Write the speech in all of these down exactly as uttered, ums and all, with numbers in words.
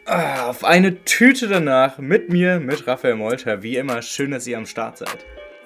Ah, auf eine Tüte danach mit mir, mit Raphael Molter. Wie immer, schön, dass ihr am Start seid.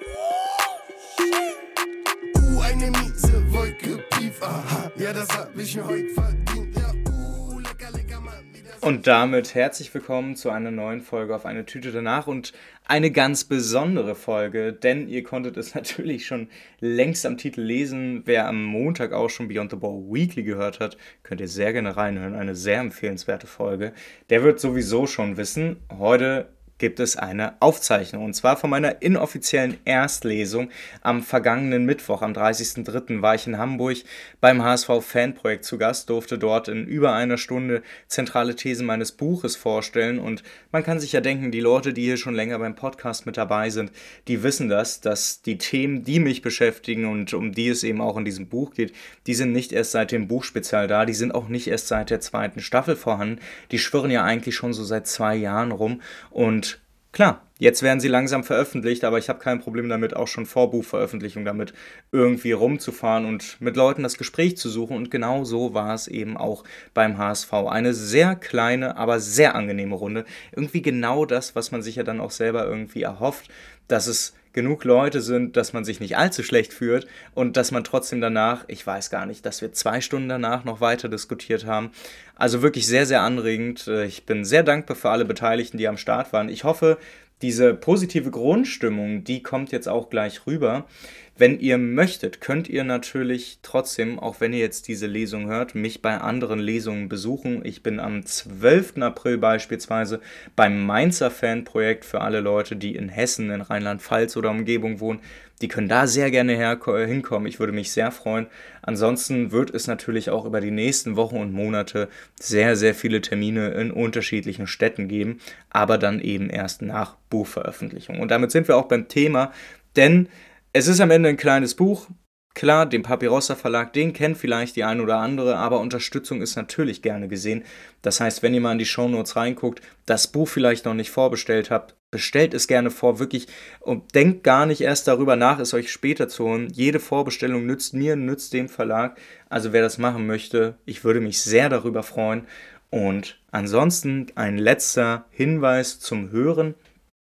Uh, eine miese Wolke tief, aha. Ja, das hab ich mir heute verdient. Ja, uh, lecker, lecker, Mann. Und damit herzlich willkommen zu einer neuen Folge auf eine Tüte danach und eine ganz besondere Folge, denn ihr konntet es natürlich schon längst am Titel lesen. Wer am Montag auch schon Beyond the Ball Weekly gehört hat, könnt ihr sehr gerne reinhören. Eine sehr empfehlenswerte Folge. Der wird sowieso schon wissen, heute gibt es eine Aufzeichnung. Und zwar von meiner inoffiziellen Erstlesung am vergangenen Mittwoch, am dreißigsten dritten war ich in Hamburg beim H S V-Fanprojekt zu Gast, durfte dort in über einer Stunde zentrale Thesen meines Buches vorstellen. Und man kann sich ja denken, die Leute, die hier schon länger beim Podcast mit dabei sind, die wissen das, dass die Themen, die mich beschäftigen und um die es eben auch in diesem Buch geht, die sind nicht erst seit dem Buchspezial da, die sind auch nicht erst seit der zweiten Staffel vorhanden. Die schwirren ja eigentlich schon so seit zwei Jahren rum und klar, jetzt werden sie langsam veröffentlicht, aber ich habe kein Problem damit, auch schon vor Buchveröffentlichung damit irgendwie rumzufahren und mit Leuten das Gespräch zu suchen. Und genau so war es eben auch beim H S V. Eine sehr kleine, aber sehr angenehme Runde. Irgendwie genau das, was man sich ja dann auch selber irgendwie erhofft, dass es genug Leute sind, dass man sich nicht allzu schlecht fühlt und dass man trotzdem danach, ich weiß gar nicht, dass wir zwei Stunden danach noch weiter diskutiert haben. Also wirklich sehr, sehr anregend. Ich bin sehr dankbar für alle Beteiligten, die am Start waren. Ich hoffe, diese positive Grundstimmung, die kommt jetzt auch gleich rüber. Wenn ihr möchtet, könnt ihr natürlich trotzdem, auch wenn ihr jetzt diese Lesung hört, mich bei anderen Lesungen besuchen. Ich bin am zwölften April beispielsweise beim Mainzer Fanprojekt für alle Leute, die in Hessen, in Rheinland-Pfalz oder Umgebung wohnen. Die können da sehr gerne herko- hinkommen. Ich würde mich sehr freuen. Ansonsten wird es natürlich auch über die nächsten Wochen und Monate sehr, sehr viele Termine in unterschiedlichen Städten geben, aber dann eben erst nach Buchveröffentlichung. Und damit sind wir auch beim Thema, denn es ist am Ende ein kleines Buch. Klar, den Papirossa Verlag, den kennt vielleicht die ein oder andere, aber Unterstützung ist natürlich gerne gesehen. Das heißt, wenn ihr mal in die Shownotes reinguckt, das Buch vielleicht noch nicht vorbestellt habt, bestellt es gerne vor, wirklich, und denkt gar nicht erst darüber nach, es euch später zu holen. Jede Vorbestellung nützt mir, nützt dem Verlag. Also wer das machen möchte, ich würde mich sehr darüber freuen. Und ansonsten ein letzter Hinweis zum Hören.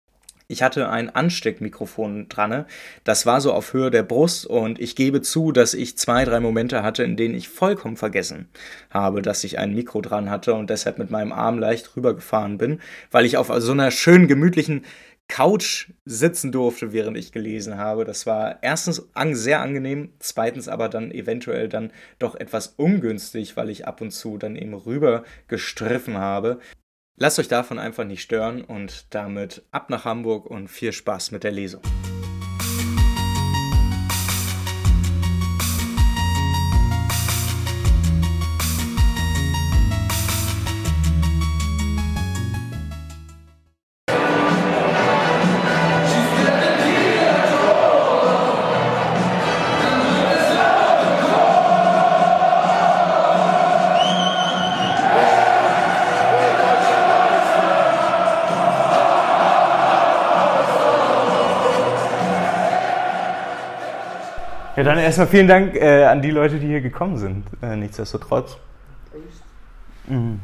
Ich hatte ein Ansteckmikrofon dran, das war so auf Höhe der Brust und ich gebe zu, dass ich zwei, drei Momente hatte, in denen ich vollkommen vergessen habe, dass ich ein Mikro dran hatte und deshalb mit meinem Arm leicht rübergefahren bin, weil ich auf so einer schönen, gemütlichen Couch sitzen durfte, während ich gelesen habe. Das war erstens sehr angenehm, zweitens aber dann eventuell dann doch etwas ungünstig, weil ich ab und zu dann eben rüber gestriffen habe. Lasst euch davon einfach nicht stören und damit ab nach Hamburg und viel Spaß mit der Lesung. Ja, dann erstmal vielen Dank äh, an die Leute, die hier gekommen sind, äh, nichtsdestotrotz. Mhm.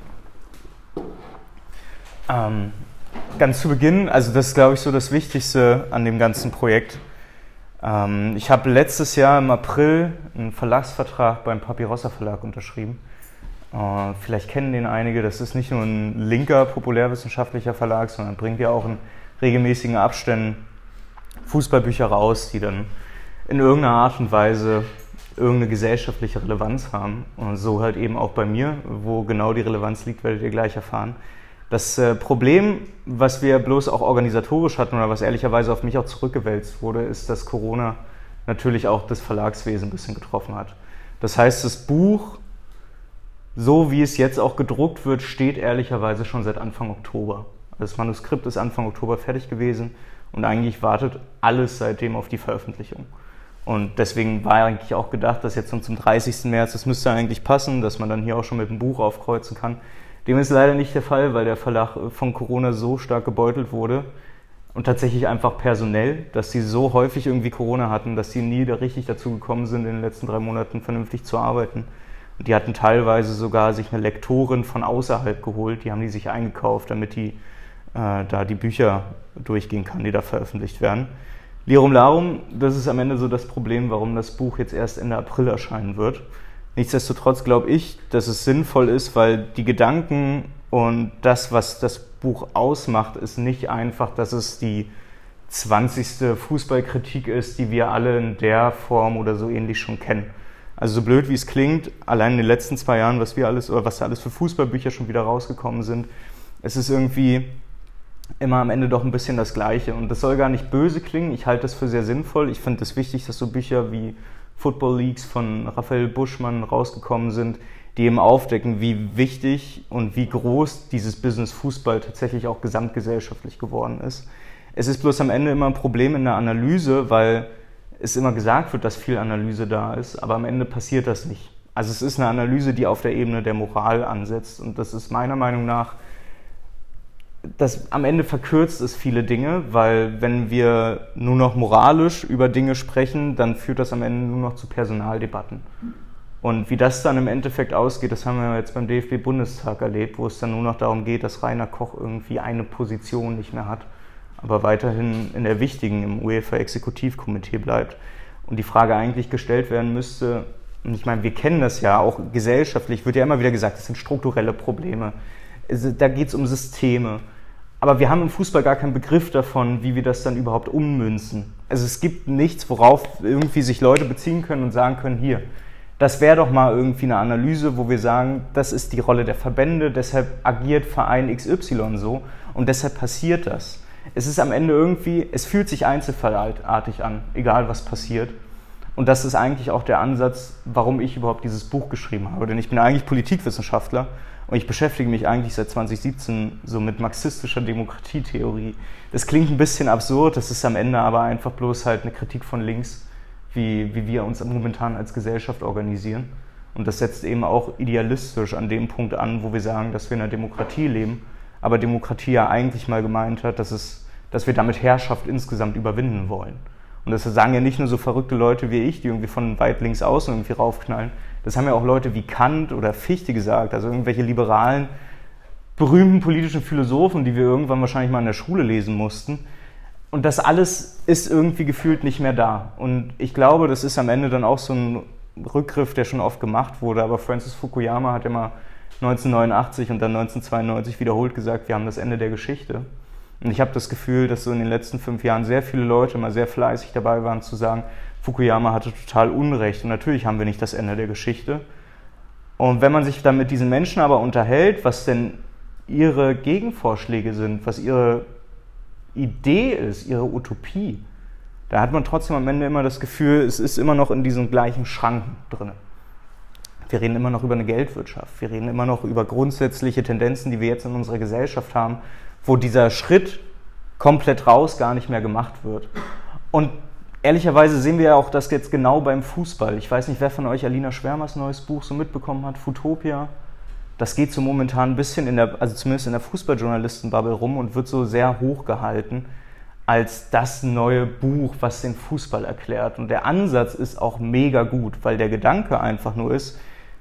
Ähm, ganz zu Beginn, also das ist, glaube ich, so das Wichtigste an dem ganzen Projekt. Ähm, ich habe letztes Jahr im April einen Verlagsvertrag beim Papirossa Verlag unterschrieben. Äh, vielleicht kennen den einige, das ist nicht nur ein linker, populärwissenschaftlicher Verlag, sondern bringt ja auch in regelmäßigen Abständen Fußballbücher raus, die dann in irgendeiner Art und Weise irgendeine gesellschaftliche Relevanz haben. Und so halt eben auch bei mir, wo genau die Relevanz liegt, werdet ihr gleich erfahren. Das äh, Problem, was wir bloß auch organisatorisch hatten oder was ehrlicherweise auf mich auch zurückgewälzt wurde, ist, dass Corona natürlich auch das Verlagswesen ein bisschen getroffen hat. Das heißt, das Buch, so wie es jetzt auch gedruckt wird, steht ehrlicherweise schon seit Anfang Oktober. Das Manuskript ist Anfang Oktober fertig gewesen und eigentlich wartet alles seitdem auf die Veröffentlichung. Und deswegen war eigentlich auch gedacht, dass jetzt zum dreißigsten März, das müsste eigentlich passen, dass man dann hier auch schon mit dem Buch aufkreuzen kann. Dem ist leider nicht der Fall, weil der Verlag von Corona so stark gebeutelt wurde und tatsächlich einfach personell, dass sie so häufig irgendwie Corona hatten, dass sie nie da richtig dazu gekommen sind, in den letzten drei Monaten vernünftig zu arbeiten. Und die hatten teilweise sogar sich eine Lektorin von außerhalb geholt, die haben die sich eingekauft, damit die äh, da die Bücher durchgehen kann, die da veröffentlicht werden. Lirum Larum, das ist am Ende so das Problem, warum das Buch jetzt erst Ende April erscheinen wird. Nichtsdestotrotz glaube ich, dass es sinnvoll ist, weil die Gedanken und das, was das Buch ausmacht, ist nicht einfach, dass es die zwanzigste Fußballkritik ist, die wir alle in der Form oder so ähnlich schon kennen. Also so blöd wie es klingt, allein in den letzten zwei Jahren, was wir alles oder was da alles für Fußballbücher schon wieder rausgekommen sind, es ist irgendwie immer am Ende doch ein bisschen das Gleiche. Und das soll gar nicht böse klingen, ich halte das für sehr sinnvoll. Ich finde es wichtig, dass so Bücher wie Football Leagues von Raphael Buschmann rausgekommen sind, die eben aufdecken, wie wichtig und wie groß dieses Business Fußball tatsächlich auch gesamtgesellschaftlich geworden ist. Es ist bloß am Ende immer ein Problem in der Analyse, weil es immer gesagt wird, dass viel Analyse da ist, aber am Ende passiert das nicht. Also es ist eine Analyse, die auf der Ebene der Moral ansetzt und das ist meiner Meinung nach, das am Ende verkürzt es viele Dinge, weil wenn wir nur noch moralisch über Dinge sprechen, dann führt das am Ende nur noch zu Personaldebatten. Und wie das dann im Endeffekt ausgeht, das haben wir jetzt beim D F B-Bundestag erlebt, wo es dann nur noch darum geht, dass Rainer Koch irgendwie eine Position nicht mehr hat, aber weiterhin in der wichtigen im UEFA-Exekutivkomitee bleibt. Und die Frage eigentlich gestellt werden müsste, und ich meine, wir kennen das ja, auch gesellschaftlich wird ja immer wieder gesagt, das sind strukturelle Probleme, da geht es um Systeme. Aber wir haben im Fußball gar keinen Begriff davon, wie wir das dann überhaupt ummünzen. Also es gibt nichts, worauf irgendwie sich Leute beziehen können und sagen können, hier, das wäre doch mal irgendwie eine Analyse, wo wir sagen, das ist die Rolle der Verbände, deshalb agiert Verein X Y so und deshalb passiert das. Es ist am Ende irgendwie, es fühlt sich einzelfallartig an, egal was passiert. Und das ist eigentlich auch der Ansatz, warum ich überhaupt dieses Buch geschrieben habe. Denn ich bin eigentlich Politikwissenschaftler und ich beschäftige mich eigentlich seit zwanzig siebzehn so mit marxistischer Demokratietheorie. Das klingt ein bisschen absurd, das ist am Ende aber einfach bloß halt eine Kritik von links, wie, wie wir uns momentan als Gesellschaft organisieren. Und das setzt eben auch idealistisch an dem Punkt an, wo wir sagen, dass wir in einer Demokratie leben, aber Demokratie ja eigentlich mal gemeint hat, dass, es, dass wir damit Herrschaft insgesamt überwinden wollen. Und das sagen ja nicht nur so verrückte Leute wie ich, die irgendwie von weit links außen irgendwie raufknallen. Das haben ja auch Leute wie Kant oder Fichte gesagt, also irgendwelche liberalen, berühmten politischen Philosophen, die wir irgendwann wahrscheinlich mal in der Schule lesen mussten. Und das alles ist irgendwie gefühlt nicht mehr da. Und ich glaube, das ist am Ende dann auch so ein Rückgriff, der schon oft gemacht wurde. Aber Francis Fukuyama hat ja mal neunzehnhundertneunundachtzig und dann neunzehnhundertzweiundneunzig wiederholt gesagt, wir haben das Ende der Geschichte. Und ich habe das Gefühl, dass so in den letzten fünf Jahren sehr viele Leute mal sehr fleißig dabei waren zu sagen, Fukuyama hatte total Unrecht. Und natürlich haben wir nicht das Ende der Geschichte. Und wenn man sich dann mit diesen Menschen aber unterhält, was denn ihre Gegenvorschläge sind, was ihre Idee ist, ihre Utopie, da hat man trotzdem am Ende immer das Gefühl, es ist immer noch in diesen gleichen Schranken drin. Wir reden immer noch über eine Geldwirtschaft. Wir reden immer noch über grundsätzliche Tendenzen, die wir jetzt in unserer Gesellschaft haben, wo dieser Schritt komplett raus gar nicht mehr gemacht wird. Und ehrlicherweise sehen wir ja auch das jetzt genau beim Fußball. Ich weiß nicht, wer von euch Alina Schwärmers neues Buch so mitbekommen hat, Futopia. Das geht so momentan ein bisschen in der, also zumindest in der Fußballjournalistenbubble rum und wird so sehr hochgehalten als das neue Buch, was den Fußball erklärt. Und der Ansatz ist auch mega gut, weil der Gedanke einfach nur ist,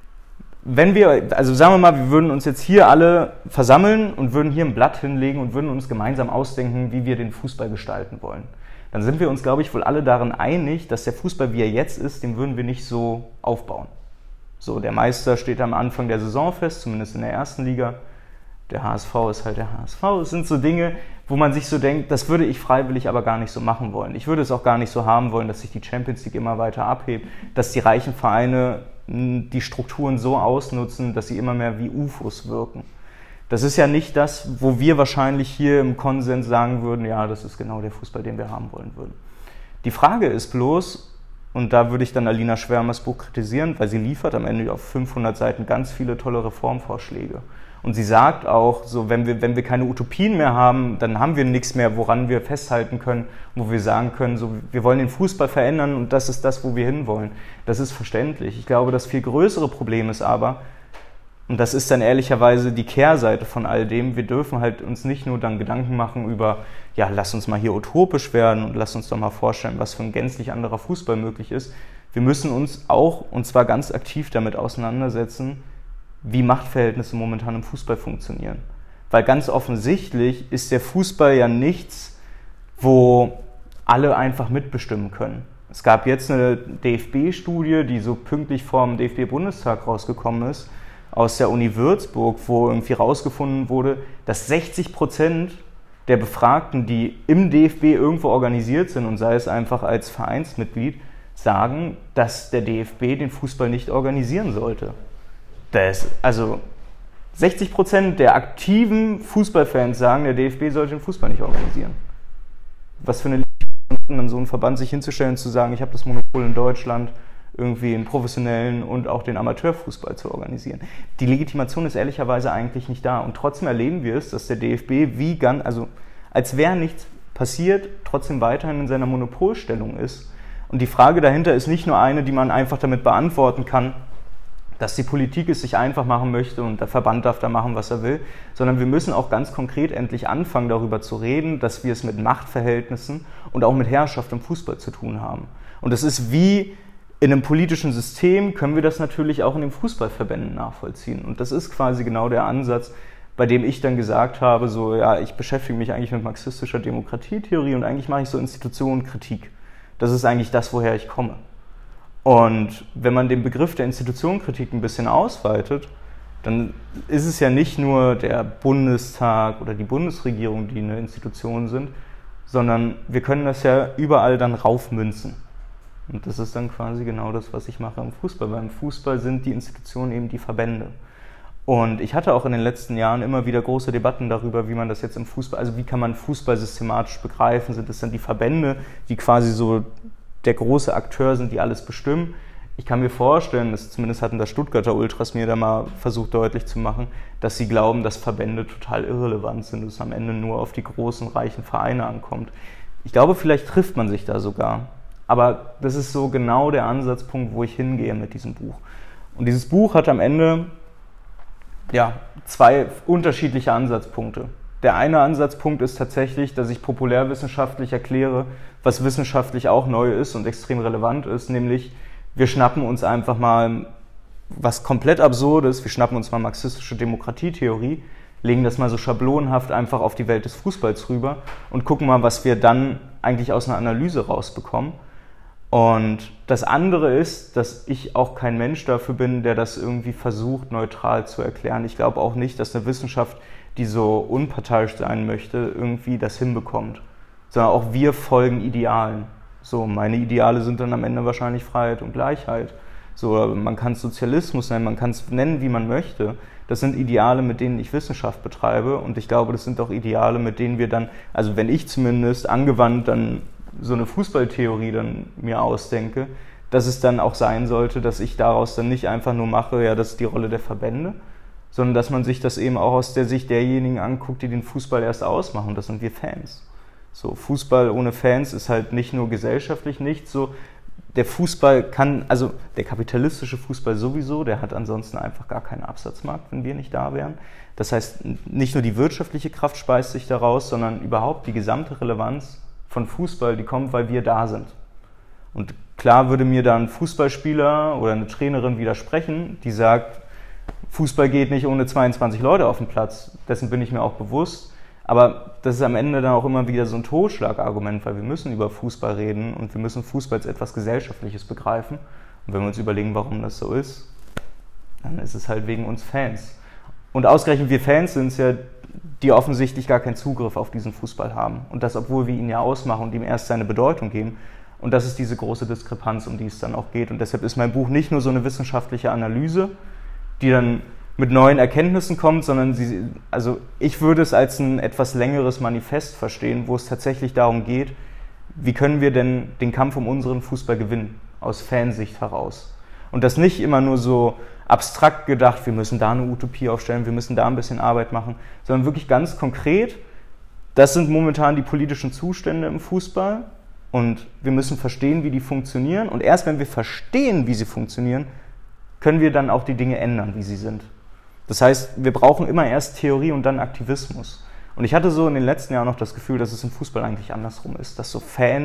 wenn wir, also sagen wir mal, wir würden uns jetzt hier alle versammeln und würden hier ein Blatt hinlegen und würden uns gemeinsam ausdenken, wie wir den Fußball gestalten wollen. Dann sind wir uns, glaube ich, wohl alle darin einig, dass der Fußball, wie er jetzt ist, den würden wir nicht so aufbauen. So, der Meister steht am Anfang der Saison fest, zumindest in der ersten Liga. Der H S V ist halt der H S V. Es sind so Dinge, wo man sich so denkt, das würde ich freiwillig aber gar nicht so machen wollen. Ich würde es auch gar nicht so haben wollen, dass sich die Champions League immer weiter abhebt, dass die reichen Vereine die Strukturen so ausnutzen, dass sie immer mehr wie U F Os wirken. Das ist ja nicht das, wo wir wahrscheinlich hier im Konsens sagen würden, ja, das ist genau der Fußball, den wir haben wollen würden. Die Frage ist bloß, und da würde ich dann Alina Schwärmers Buch kritisieren, weil sie liefert am Ende auf fünfhundert Seiten ganz viele tolle Reformvorschläge. Und sie sagt auch, so, wenn wir, wenn wir keine Utopien mehr haben, dann haben wir nichts mehr, woran wir festhalten können, wo wir sagen können, so, wir wollen den Fußball verändern und das ist das, wo wir hinwollen. Das ist verständlich. Ich glaube, das viel größere Problem ist aber, und das ist dann ehrlicherweise die Kehrseite von all dem, wir dürfen halt uns nicht nur dann Gedanken machen über, ja, lass uns mal hier utopisch werden und lass uns doch mal vorstellen, was für ein gänzlich anderer Fußball möglich ist. wir müssen uns auch, und zwar ganz aktiv damit auseinandersetzen, wie Machtverhältnisse momentan im Fußball funktionieren. Weil ganz offensichtlich ist der Fußball ja nichts, wo alle einfach mitbestimmen können. Es gab jetzt eine D F B-Studie, die so pünktlich vorm D F B-Bundestag rausgekommen ist, aus der Uni Würzburg, wo irgendwie rausgefunden wurde, dass sechzig Prozent der Befragten, die im D F B irgendwo organisiert sind und sei es einfach als Vereinsmitglied, sagen, dass der D F B den Fußball nicht organisieren sollte. Das, also sechzig Prozent der aktiven Fußballfans sagen, der D F B sollte den Fußball nicht organisieren. Was für eine Legitimation, dann so einen Verband sich hinzustellen und zu sagen, ich habe das Monopol in Deutschland, irgendwie den professionellen und auch den Amateurfußball zu organisieren. Die Legitimation ist ehrlicherweise eigentlich nicht da. Und trotzdem erleben wir es, dass der D F B wie ganz, also als wäre nichts passiert, trotzdem weiterhin in seiner Monopolstellung ist. Und die Frage dahinter ist nicht nur eine, die man einfach damit beantworten kann, dass die Politik es sich einfach machen möchte und der Verband darf da machen, was er will, sondern wir müssen auch ganz konkret endlich anfangen, darüber zu reden, dass wir es mit Machtverhältnissen und auch mit Herrschaft im Fußball zu tun haben. Und das ist wie in einem politischen System, können wir das natürlich auch in den Fußballverbänden nachvollziehen. Und das ist quasi genau der Ansatz, bei dem ich dann gesagt habe, so ja, ich beschäftige mich eigentlich mit marxistischer Demokratietheorie und eigentlich mache ich so Institutionenkritik. Das ist eigentlich das, woher ich komme. Und wenn man den Begriff der Institutionenkritik ein bisschen ausweitet, dann ist es ja nicht nur der Bundestag oder die Bundesregierung, die eine Institution sind, sondern wir können das ja überall dann raufmünzen. Und das ist dann quasi genau das, was ich mache im Fußball. Beim Fußball sind die Institutionen eben die Verbände. Und ich hatte auch in den letzten Jahren immer wieder große Debatten darüber, wie man das jetzt im Fußball, also wie kann man Fußball systematisch begreifen? Sind das dann die Verbände, die quasi so der große Akteur sind, die alles bestimmen? Ich kann mir vorstellen, dass, zumindest hatten das Stuttgarter Ultras mir da mal versucht deutlich zu machen, dass sie glauben, dass Verbände total irrelevant sind, dass es am Ende nur auf die großen, reichen Vereine ankommt. Ich glaube, vielleicht trifft man sich da sogar. Aber das ist so genau der Ansatzpunkt, wo ich hingehe mit diesem Buch. Und dieses Buch hat am Ende ja, zwei unterschiedliche Ansatzpunkte. Der eine Ansatzpunkt ist tatsächlich, dass ich populärwissenschaftlich erkläre, was wissenschaftlich auch neu ist und extrem relevant ist, nämlich wir schnappen uns einfach mal was komplett Absurdes, wir schnappen uns mal marxistische Demokratietheorie, legen das mal so schablonenhaft einfach auf die Welt des Fußballs rüber und gucken mal, was wir dann eigentlich aus einer Analyse rausbekommen. Und das andere ist, dass ich auch kein Mensch dafür bin, der das irgendwie versucht, neutral zu erklären. Ich glaube auch nicht, dass eine Wissenschaft, die so unparteiisch sein möchte, irgendwie das hinbekommt. Sondern auch wir folgen Idealen. So, meine Ideale sind dann am Ende wahrscheinlich Freiheit und Gleichheit. So, man kann es Sozialismus nennen, man kann es nennen, wie man möchte. Das sind Ideale, mit denen ich Wissenschaft betreibe. Und ich glaube, das sind auch Ideale, mit denen wir dann, also wenn ich zumindest angewandt dann so eine Fußballtheorie dann mir ausdenke, dass es dann auch sein sollte, dass ich daraus dann nicht einfach nur mache, ja, das ist die Rolle der Verbände, sondern dass man sich das eben auch aus der Sicht derjenigen anguckt, die den Fußball erst ausmachen. Das sind wir Fans. So, Fußball ohne Fans ist halt nicht nur gesellschaftlich nichts. So, der Fußball kann, also der kapitalistische Fußball sowieso, der hat ansonsten einfach gar keinen Absatzmarkt, wenn wir nicht da wären. Das heißt, nicht nur die wirtschaftliche Kraft speist sich daraus, sondern überhaupt die gesamte Relevanz von Fußball, die kommt, weil wir da sind. Und klar würde mir da ein Fußballspieler oder eine Trainerin widersprechen, die sagt, Fußball geht nicht ohne zweiundzwanzig Leute auf dem Platz. Dessen bin ich mir auch bewusst. Aber das ist am Ende dann auch immer wieder so ein Totschlagargument, weil wir müssen über Fußball reden und wir müssen Fußball als etwas Gesellschaftliches begreifen. Und wenn wir uns überlegen, warum das so ist, dann ist es halt wegen uns Fans. Und ausgerechnet wir Fans sind es ja, die offensichtlich gar keinen Zugriff auf diesen Fußball haben. Und das, obwohl wir ihn ja ausmachen und ihm erst seine Bedeutung geben. Und das ist diese große Diskrepanz, um die es dann auch geht. Und deshalb ist mein Buch nicht nur so eine wissenschaftliche Analyse, die dann mit neuen Erkenntnissen kommt, sondern sie, also ich würde es als ein etwas längeres Manifest verstehen, wo es tatsächlich darum geht, wie können wir denn den Kampf um unseren Fußball gewinnen, aus Fansicht heraus. Und das nicht immer nur so abstrakt gedacht, wir müssen da eine Utopie aufstellen, wir müssen da ein bisschen Arbeit machen, sondern wirklich ganz konkret, das sind momentan die politischen Zustände im Fußball und wir müssen verstehen, wie die funktionieren und erst wenn wir verstehen, wie sie funktionieren, können wir dann auch die Dinge ändern, wie sie sind. Das heißt, wir brauchen immer erst Theorie und dann Aktivismus. Und ich hatte so in den letzten Jahren noch das Gefühl, dass es im Fußball eigentlich andersrum ist, dass so Fans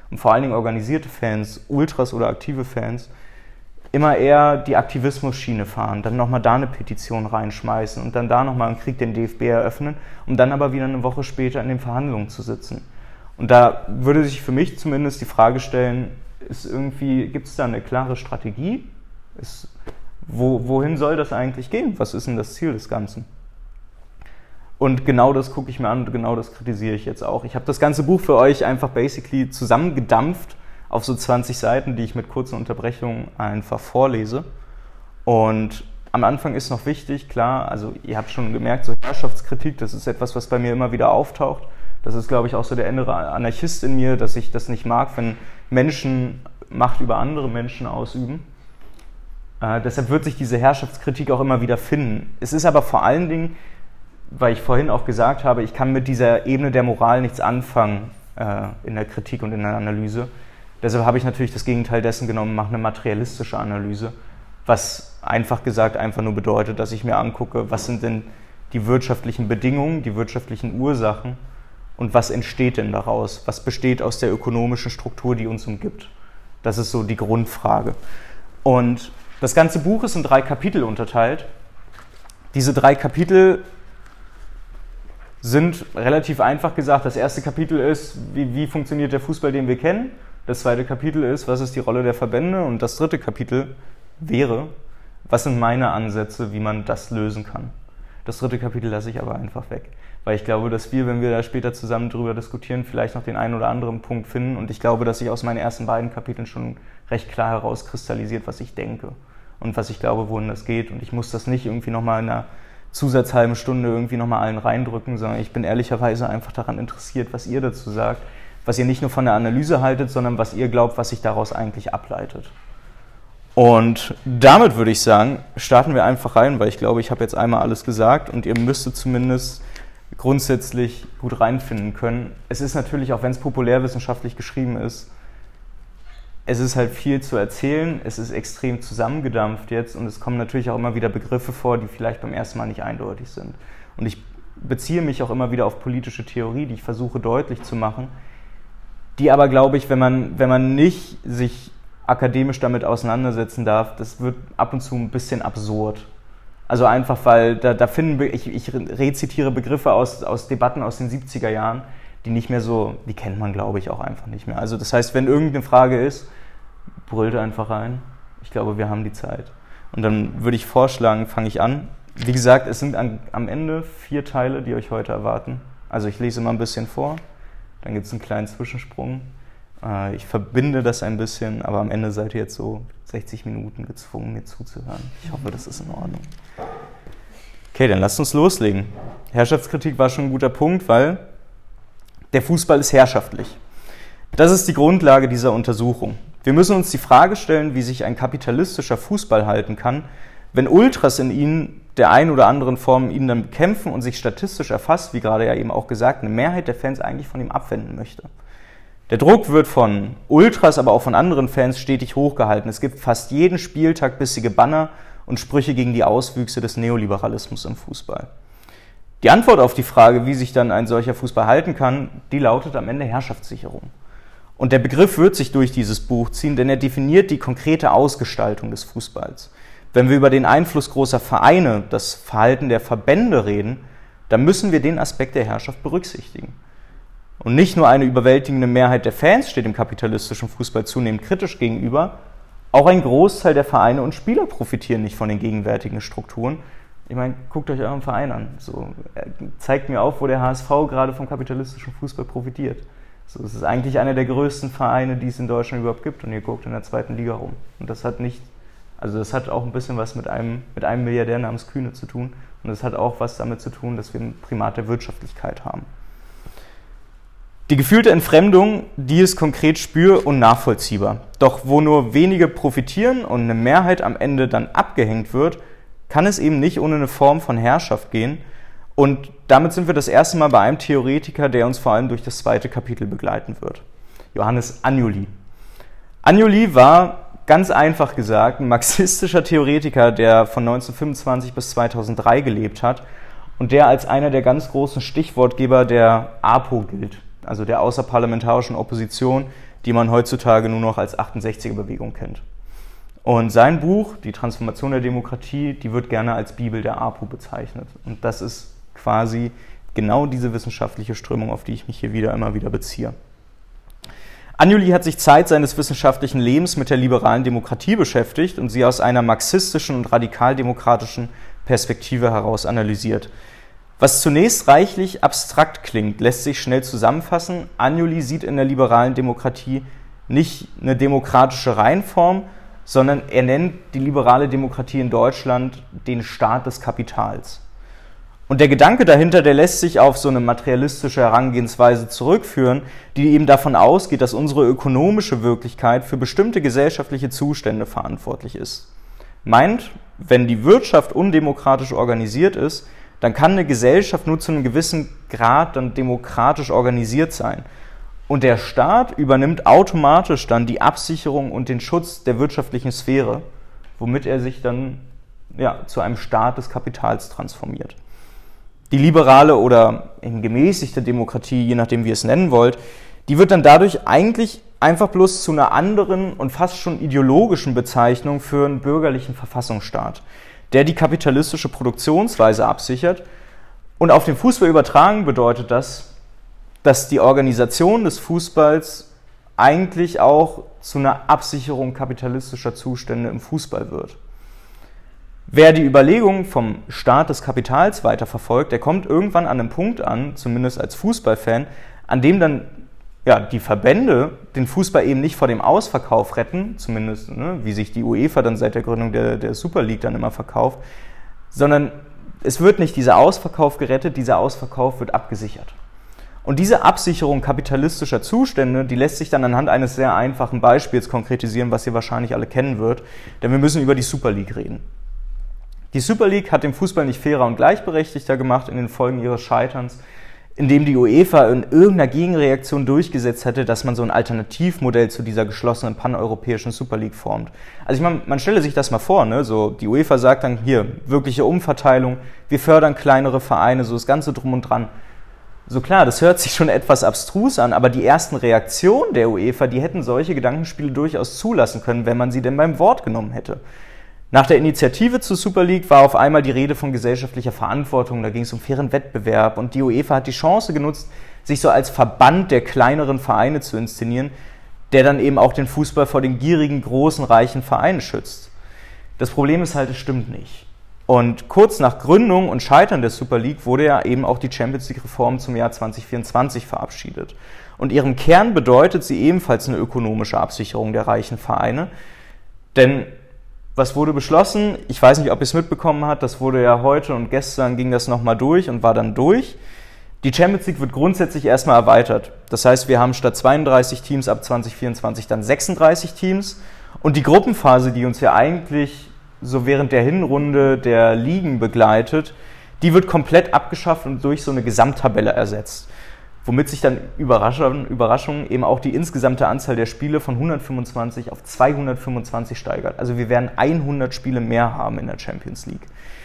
und vor allen Dingen organisierte Fans, Ultras oder aktive Fans, immer eher die Aktivismus-Schiene fahren, dann nochmal da eine Petition reinschmeißen und dann da nochmal einen Krieg den D F B eröffnen, um dann aber wieder eine Woche später in den Verhandlungen zu sitzen. Und da würde sich für mich zumindest die Frage stellen, ist irgendwie, gibt es da eine klare Strategie? Ist, wo, wohin soll das eigentlich gehen? Was ist denn das Ziel des Ganzen? Und genau das gucke ich mir an und genau das kritisiere ich jetzt auch. Ich habe das ganze Buch für euch einfach basically zusammengedampft auf so zwanzig Seiten, die ich mit kurzen Unterbrechungen einfach vorlese. Und am Anfang ist noch wichtig, klar, also ihr habt schon gemerkt, so Herrschaftskritik, das ist etwas, was bei mir immer wieder auftaucht. Das ist, glaube ich, auch so der innere Anarchist in mir, dass ich das nicht mag, wenn Menschen Macht über andere Menschen ausüben. Äh, deshalb wird sich diese Herrschaftskritik auch immer wieder finden. Es ist aber vor allen Dingen, weil ich vorhin auch gesagt habe, ich kann mit dieser Ebene der Moral nichts anfangen äh, in der Kritik und in der Analyse. Deshalb habe ich natürlich das Gegenteil dessen genommen, mache eine materialistische Analyse, was einfach gesagt einfach nur bedeutet, dass ich mir angucke, was sind denn die wirtschaftlichen Bedingungen, die wirtschaftlichen Ursachen und was entsteht denn daraus? Was besteht aus der ökonomischen Struktur, die uns umgibt? Das ist so die Grundfrage. Und das ganze Buch ist in drei Kapitel unterteilt. Diese drei Kapitel sind relativ einfach gesagt. Das erste Kapitel ist, wie, wie funktioniert der Fußball, den wir kennen? Das zweite Kapitel ist, was ist die Rolle der Verbände? Und das dritte Kapitel wäre, was sind meine Ansätze, wie man das lösen kann? Das dritte Kapitel lasse ich aber einfach weg, weil ich glaube, dass wir, wenn wir da später zusammen drüber diskutieren, vielleicht noch den einen oder anderen Punkt finden. Und ich glaube, dass sich aus meinen ersten beiden Kapiteln schon recht klar herauskristallisiert, was ich denke und was ich glaube, wohin das geht. Und ich muss das nicht irgendwie nochmal in einer Zusatzhalben Stunde irgendwie nochmal allen reindrücken, sondern ich bin ehrlicherweise einfach daran interessiert, was ihr dazu sagt, was ihr nicht nur von der Analyse haltet, sondern was ihr glaubt, was sich daraus eigentlich ableitet. Und damit würde ich sagen, starten wir einfach rein, weil ich glaube, ich habe jetzt einmal alles gesagt und ihr müsstet zumindest grundsätzlich gut reinfinden können. Es ist natürlich, auch wenn es populärwissenschaftlich geschrieben ist, es ist halt viel zu erzählen, es ist extrem zusammengedampft jetzt und es kommen natürlich auch immer wieder Begriffe vor, die vielleicht beim ersten Mal nicht eindeutig sind. Und ich beziehe mich auch immer wieder auf politische Theorie, die ich versuche deutlich zu machen, die aber, glaube ich, wenn man, wenn man nicht sich akademisch damit auseinandersetzen darf, das wird ab und zu ein bisschen absurd. Also einfach, weil da, da finden wir, ich, ich rezitiere Begriffe aus, aus Debatten aus den siebziger Jahren, die nicht mehr so, die kennt man, glaube ich, auch einfach nicht mehr. Also das heißt, wenn irgendeine Frage ist, brüllt einfach rein. Ich glaube, wir haben die Zeit. Und dann würde ich vorschlagen, fange ich an. Wie gesagt, es sind an, am Ende vier Teile, die euch heute erwarten. Also ich lese mal ein bisschen vor, dann gibt es einen kleinen Zwischensprung. Äh, ich verbinde das ein bisschen, aber am Ende seid ihr jetzt so sechzig Minuten gezwungen, mir zuzuhören. Ich hoffe, das ist in Ordnung. Okay, dann lasst uns loslegen. Herrschaftskritik war schon ein guter Punkt, weil der Fußball ist herrschaftlich. Das ist die Grundlage dieser Untersuchung. Wir müssen uns die Frage stellen, wie sich ein kapitalistischer Fußball halten kann, wenn Ultras in ihn der einen oder anderen Form ihn dann bekämpfen und sich statistisch erfasst, wie gerade ja eben auch gesagt, eine Mehrheit der Fans eigentlich von ihm abwenden möchte. Der Druck wird von Ultras, aber auch von anderen Fans stetig hochgehalten. Es gibt fast jeden Spieltag bissige Banner und Sprüche gegen die Auswüchse des Neoliberalismus im Fußball. Die Antwort auf die Frage, wie sich dann ein solcher Fußball halten kann, die lautet am Ende Herrschaftssicherung. Und der Begriff wird sich durch dieses Buch ziehen, denn er definiert die konkrete Ausgestaltung des Fußballs. Wenn wir über den Einfluss großer Vereine, das Verhalten der Verbände reden, dann müssen wir den Aspekt der Herrschaft berücksichtigen. Und nicht nur eine überwältigende Mehrheit der Fans steht dem kapitalistischen Fußball zunehmend kritisch gegenüber, auch ein Großteil der Vereine und Spieler profitieren nicht von den gegenwärtigen Strukturen. Ich meine, guckt euch euren Verein an. So, zeigt mir auf, wo der H S V gerade vom kapitalistischen Fußball profitiert. So, es ist eigentlich einer der größten Vereine, die es in Deutschland überhaupt gibt, und ihr guckt in der zweiten Liga rum. Und das hat nicht, also das hat auch ein bisschen was mit einem, mit einem Milliardär namens Kühne zu tun. Und das hat auch was damit zu tun, dass wir ein Primat der Wirtschaftlichkeit haben. Die gefühlte Entfremdung, die ist konkret spür- und nachvollziehbar. Doch wo nur wenige profitieren und eine Mehrheit am Ende dann abgehängt wird, kann es eben nicht ohne eine Form von Herrschaft gehen. Und damit sind wir das erste Mal bei einem Theoretiker, der uns vor allem durch das zweite Kapitel begleiten wird. Johannes Anjoly. Anjoly war, ganz einfach gesagt, ein marxistischer Theoretiker, der von neunzehnhundertfünfundzwanzig bis zweitausenddrei gelebt hat und der als einer der ganz großen Stichwortgeber der APO gilt. also der außerparlamentarischen Opposition, die man heutzutage nur noch als achtundsechziger-Bewegung kennt. Und sein Buch, Die Transformation der Demokratie, die wird gerne als Bibel der A P U bezeichnet. Und das ist quasi genau diese wissenschaftliche Strömung, auf die ich mich hier wieder immer wieder beziehe. Anjoly hat sich Zeit seines wissenschaftlichen Lebens mit der liberalen Demokratie beschäftigt und sie aus einer marxistischen und radikaldemokratischen Perspektive heraus analysiert. Was zunächst reichlich abstrakt klingt, lässt sich schnell zusammenfassen. Anjoly sieht in der liberalen Demokratie nicht eine demokratische Reihenform, sondern er nennt die liberale Demokratie in Deutschland den Staat des Kapitals. Und der Gedanke dahinter, der lässt sich auf so eine materialistische Herangehensweise zurückführen, die eben davon ausgeht, dass unsere ökonomische Wirklichkeit für bestimmte gesellschaftliche Zustände verantwortlich ist. Meint, wenn die Wirtschaft undemokratisch organisiert ist, dann kann eine Gesellschaft nur zu einem gewissen Grad dann demokratisch organisiert sein. Und der Staat übernimmt automatisch dann die Absicherung und den Schutz der wirtschaftlichen Sphäre, womit er sich dann ja, zu einem Staat des Kapitals transformiert. Die liberale oder eben gemäßigte Demokratie, je nachdem wie ihr es nennen wollt, die wird dann dadurch eigentlich einfach bloß zu einer anderen und fast schon ideologischen Bezeichnung für einen bürgerlichen Verfassungsstaat, der die kapitalistische Produktionsweise absichert. Und auf den Fußball übertragen bedeutet das, dass die Organisation des Fußballs eigentlich auch zu einer Absicherung kapitalistischer Zustände im Fußball wird. Wer die Überlegungen vom Staat des Kapitals weiterverfolgt, der kommt irgendwann an einem Punkt an, zumindest als Fußballfan, an dem dann ja, die Verbände den Fußball eben nicht vor dem Ausverkauf retten, zumindest ne, wie sich die UEFA dann seit der Gründung der, der Super League dann immer verkauft, sondern es wird nicht dieser Ausverkauf gerettet, dieser Ausverkauf wird abgesichert. Und diese Absicherung kapitalistischer Zustände, die lässt sich dann anhand eines sehr einfachen Beispiels konkretisieren, was ihr wahrscheinlich alle kennen wird, denn wir müssen über die Super League reden. Die Super League hat den Fußball nicht fairer und gleichberechtigter gemacht in den Folgen ihres Scheiterns, indem die UEFA in irgendeiner Gegenreaktion durchgesetzt hätte, dass man so ein Alternativmodell zu dieser geschlossenen paneuropäischen Super League formt. Also ich meine, man stelle sich das mal vor, ne? So die UEFA sagt dann, hier, wirkliche Umverteilung, wir fördern kleinere Vereine, so das Ganze drum und dran. So klar, das hört sich schon etwas abstrus an, aber die ersten Reaktionen der UEFA, die hätten solche Gedankenspiele durchaus zulassen können, wenn man sie denn beim Wort genommen hätte. Nach der Initiative zur Super League war auf einmal die Rede von gesellschaftlicher Verantwortung, da ging es um fairen Wettbewerb und die UEFA hat die Chance genutzt, sich so als Verband der kleineren Vereine zu inszenieren, der dann eben auch den Fußball vor den gierigen, großen, reichen Vereinen schützt. Das Problem ist halt, es stimmt nicht. Und kurz nach Gründung und Scheitern der Super League wurde ja eben auch die Champions League-Reform zum Jahr zwanzig vierundzwanzig verabschiedet. Und ihrem Kern bedeutet sie ebenfalls eine ökonomische Absicherung der reichen Vereine, denn was wurde beschlossen? Ich weiß nicht, ob ihr es mitbekommen habt, das wurde ja heute und gestern ging das nochmal durch und war dann durch. Die Champions League wird grundsätzlich erstmal erweitert. Das heißt, wir haben statt zweiunddreißig Teams ab zwanzig vierundzwanzig dann sechsunddreißig Teams. Und die Gruppenphase, die uns ja eigentlich so während der Hinrunde der Ligen begleitet, die wird komplett abgeschafft und durch so eine Gesamttabelle ersetzt. Womit sich dann Überraschung, Überraschung eben auch die insgesamte Anzahl der Spiele von hundertfünfundzwanzig auf zweihundertfünfundzwanzig steigert. Also wir werden hundert Spiele mehr haben in der Champions League.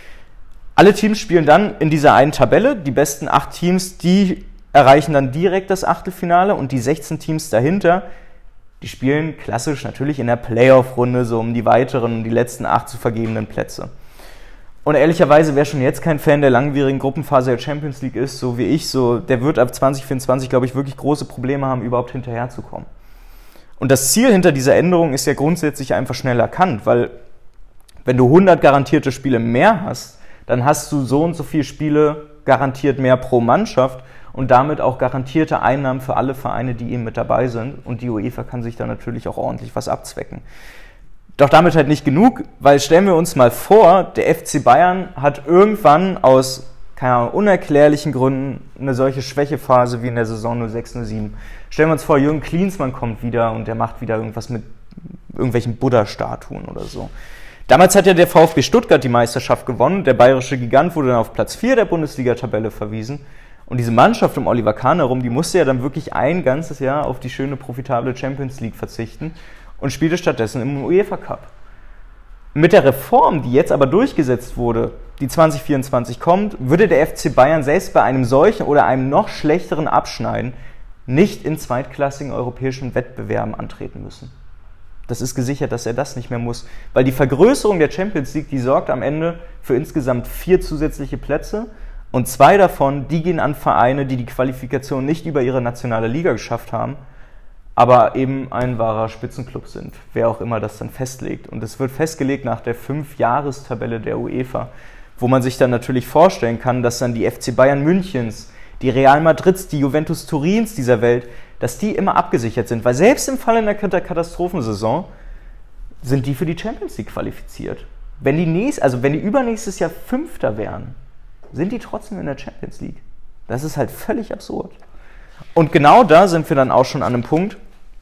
Alle Teams spielen dann in dieser einen Tabelle. Die besten acht Teams, die erreichen dann direkt das Achtelfinale und die sechzehn Teams dahinter, die spielen klassisch natürlich in der Playoff-Runde so um die weiteren, um die letzten acht zu vergebenen Plätze. Und ehrlicherweise, wer schon jetzt kein Fan der langwierigen Gruppenphase der Champions League ist, so wie ich, so, der wird ab zwanzig vierundzwanzig, glaube ich, wirklich große Probleme haben, überhaupt hinterherzukommen. Und das Ziel hinter dieser Änderung ist ja grundsätzlich einfach schnell erkannt, weil wenn du hundert garantierte Spiele mehr hast, dann hast du so und so viele Spiele garantiert mehr pro Mannschaft und damit auch garantierte Einnahmen für alle Vereine, die eben mit dabei sind. Und die UEFA kann sich da natürlich auch ordentlich was abzwecken. Doch damit halt nicht genug, weil stellen wir uns mal vor, der F C Bayern hat irgendwann aus, keine Ahnung, unerklärlichen Gründen eine solche Schwächephase wie in der Saison null sechs null sieben. Stellen wir uns vor, Jürgen Klinsmann kommt wieder und der macht wieder irgendwas mit irgendwelchen Buddha-Statuen oder so. Damals hat ja der VfB Stuttgart die Meisterschaft gewonnen, der bayerische Gigant wurde dann auf Platz vier der Bundesliga-Tabelle verwiesen. Und diese Mannschaft um Oliver Kahn herum, die musste ja dann wirklich ein ganzes Jahr auf die schöne, profitable Champions League verzichten und spielte stattdessen im UEFA Cup. Mit der Reform, die jetzt aber durchgesetzt wurde, die zwanzig vierundzwanzig kommt, würde der F C Bayern selbst bei einem solchen oder einem noch schlechteren Abschneiden nicht in zweitklassigen europäischen Wettbewerben antreten müssen. Das ist gesichert, dass er das nicht mehr muss, weil die Vergrößerung der Champions League, die sorgt am Ende für insgesamt vier zusätzliche Plätze und zwei davon, die gehen an Vereine, die die Qualifikation nicht über ihre nationale Liga geschafft haben, aber eben ein wahrer Spitzenclub sind, wer auch immer das dann festlegt. Und es wird festgelegt nach der Fünf-Jahres-Tabelle der UEFA, wo man sich dann natürlich vorstellen kann, dass dann die F C Bayern Münchens, die Real Madrids, die Juventus Turins dieser Welt, dass die immer abgesichert sind, weil selbst im Fall einer Katastrophensaison sind die für die Champions League qualifiziert. Wenn die nächst, also wenn die übernächstes Jahr Fünfter wären, sind die trotzdem in der Champions League. Das ist halt völlig absurd. Und genau da sind wir dann auch schon an einem Punkt,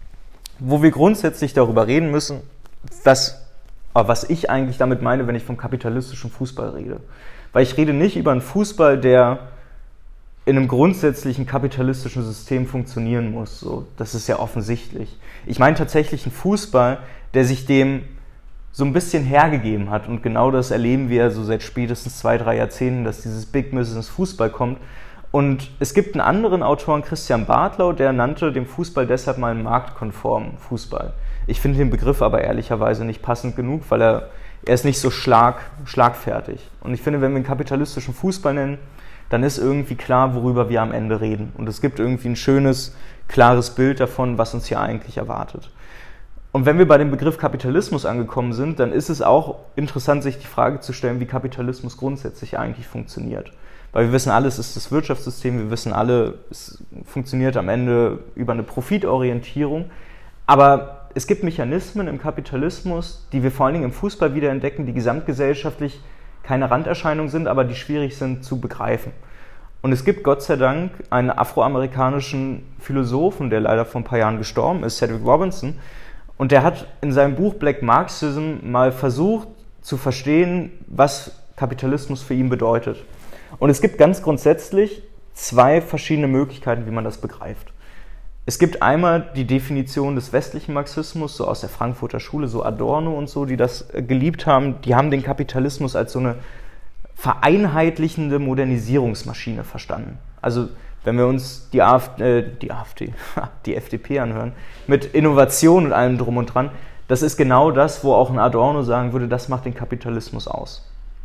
wo wir grundsätzlich darüber reden müssen, was, was ich eigentlich damit meine, wenn ich vom kapitalistischen Fußball rede. Weil ich rede nicht über einen Fußball, der in einem grundsätzlichen kapitalistischen System funktionieren muss. So, das ist ja offensichtlich. Ich meine tatsächlich einen Fußball, der sich dem so ein bisschen hergegeben hat. Und genau das erleben wir so seit spätestens zwei, drei Jahrzehnten, dass dieses Big Business Fußball kommt. Und es gibt einen anderen Autoren, Christian Bartlau, der nannte den Fußball deshalb mal einen marktkonformen Fußball. Ich finde den Begriff aber ehrlicherweise nicht passend genug, weil er, er ist nicht so schlag, schlagfertig. Und ich finde, wenn wir einen kapitalistischen Fußball nennen, dann ist irgendwie klar, worüber wir am Ende reden. Und es gibt irgendwie ein schönes, klares Bild davon, was uns hier eigentlich erwartet. Und wenn wir bei dem Begriff Kapitalismus angekommen sind, dann ist es auch interessant, sich die Frage zu stellen, wie Kapitalismus grundsätzlich eigentlich funktioniert. Weil wir wissen alle, es ist das Wirtschaftssystem, wir wissen alle, es funktioniert am Ende über eine Profitorientierung. Aber es gibt Mechanismen im Kapitalismus, die wir vor allen Dingen im Fußball wiederentdecken, die gesamtgesellschaftlich keine Randerscheinung sind, aber die schwierig sind zu begreifen. Und es gibt Gott sei Dank einen afroamerikanischen Philosophen, der leider vor ein paar Jahren gestorben ist, Cedric Robinson, und der hat in seinem Buch Black Marxism mal versucht zu verstehen, was Kapitalismus für ihn bedeutet. Und es gibt ganz grundsätzlich zwei verschiedene Möglichkeiten, wie man das begreift. Es gibt einmal die Definition des westlichen Marxismus, so aus der Frankfurter Schule, so Adorno und so, die das geliebt haben. Die haben den Kapitalismus als so eine vereinheitlichende Modernisierungsmaschine verstanden. Also wenn wir uns die AfD, äh, die AfD, die F D P anhören, mit Innovation und allem drum und dran, das ist genau das, wo auch ein Adorno sagen würde, das macht den Kapitalismus aus.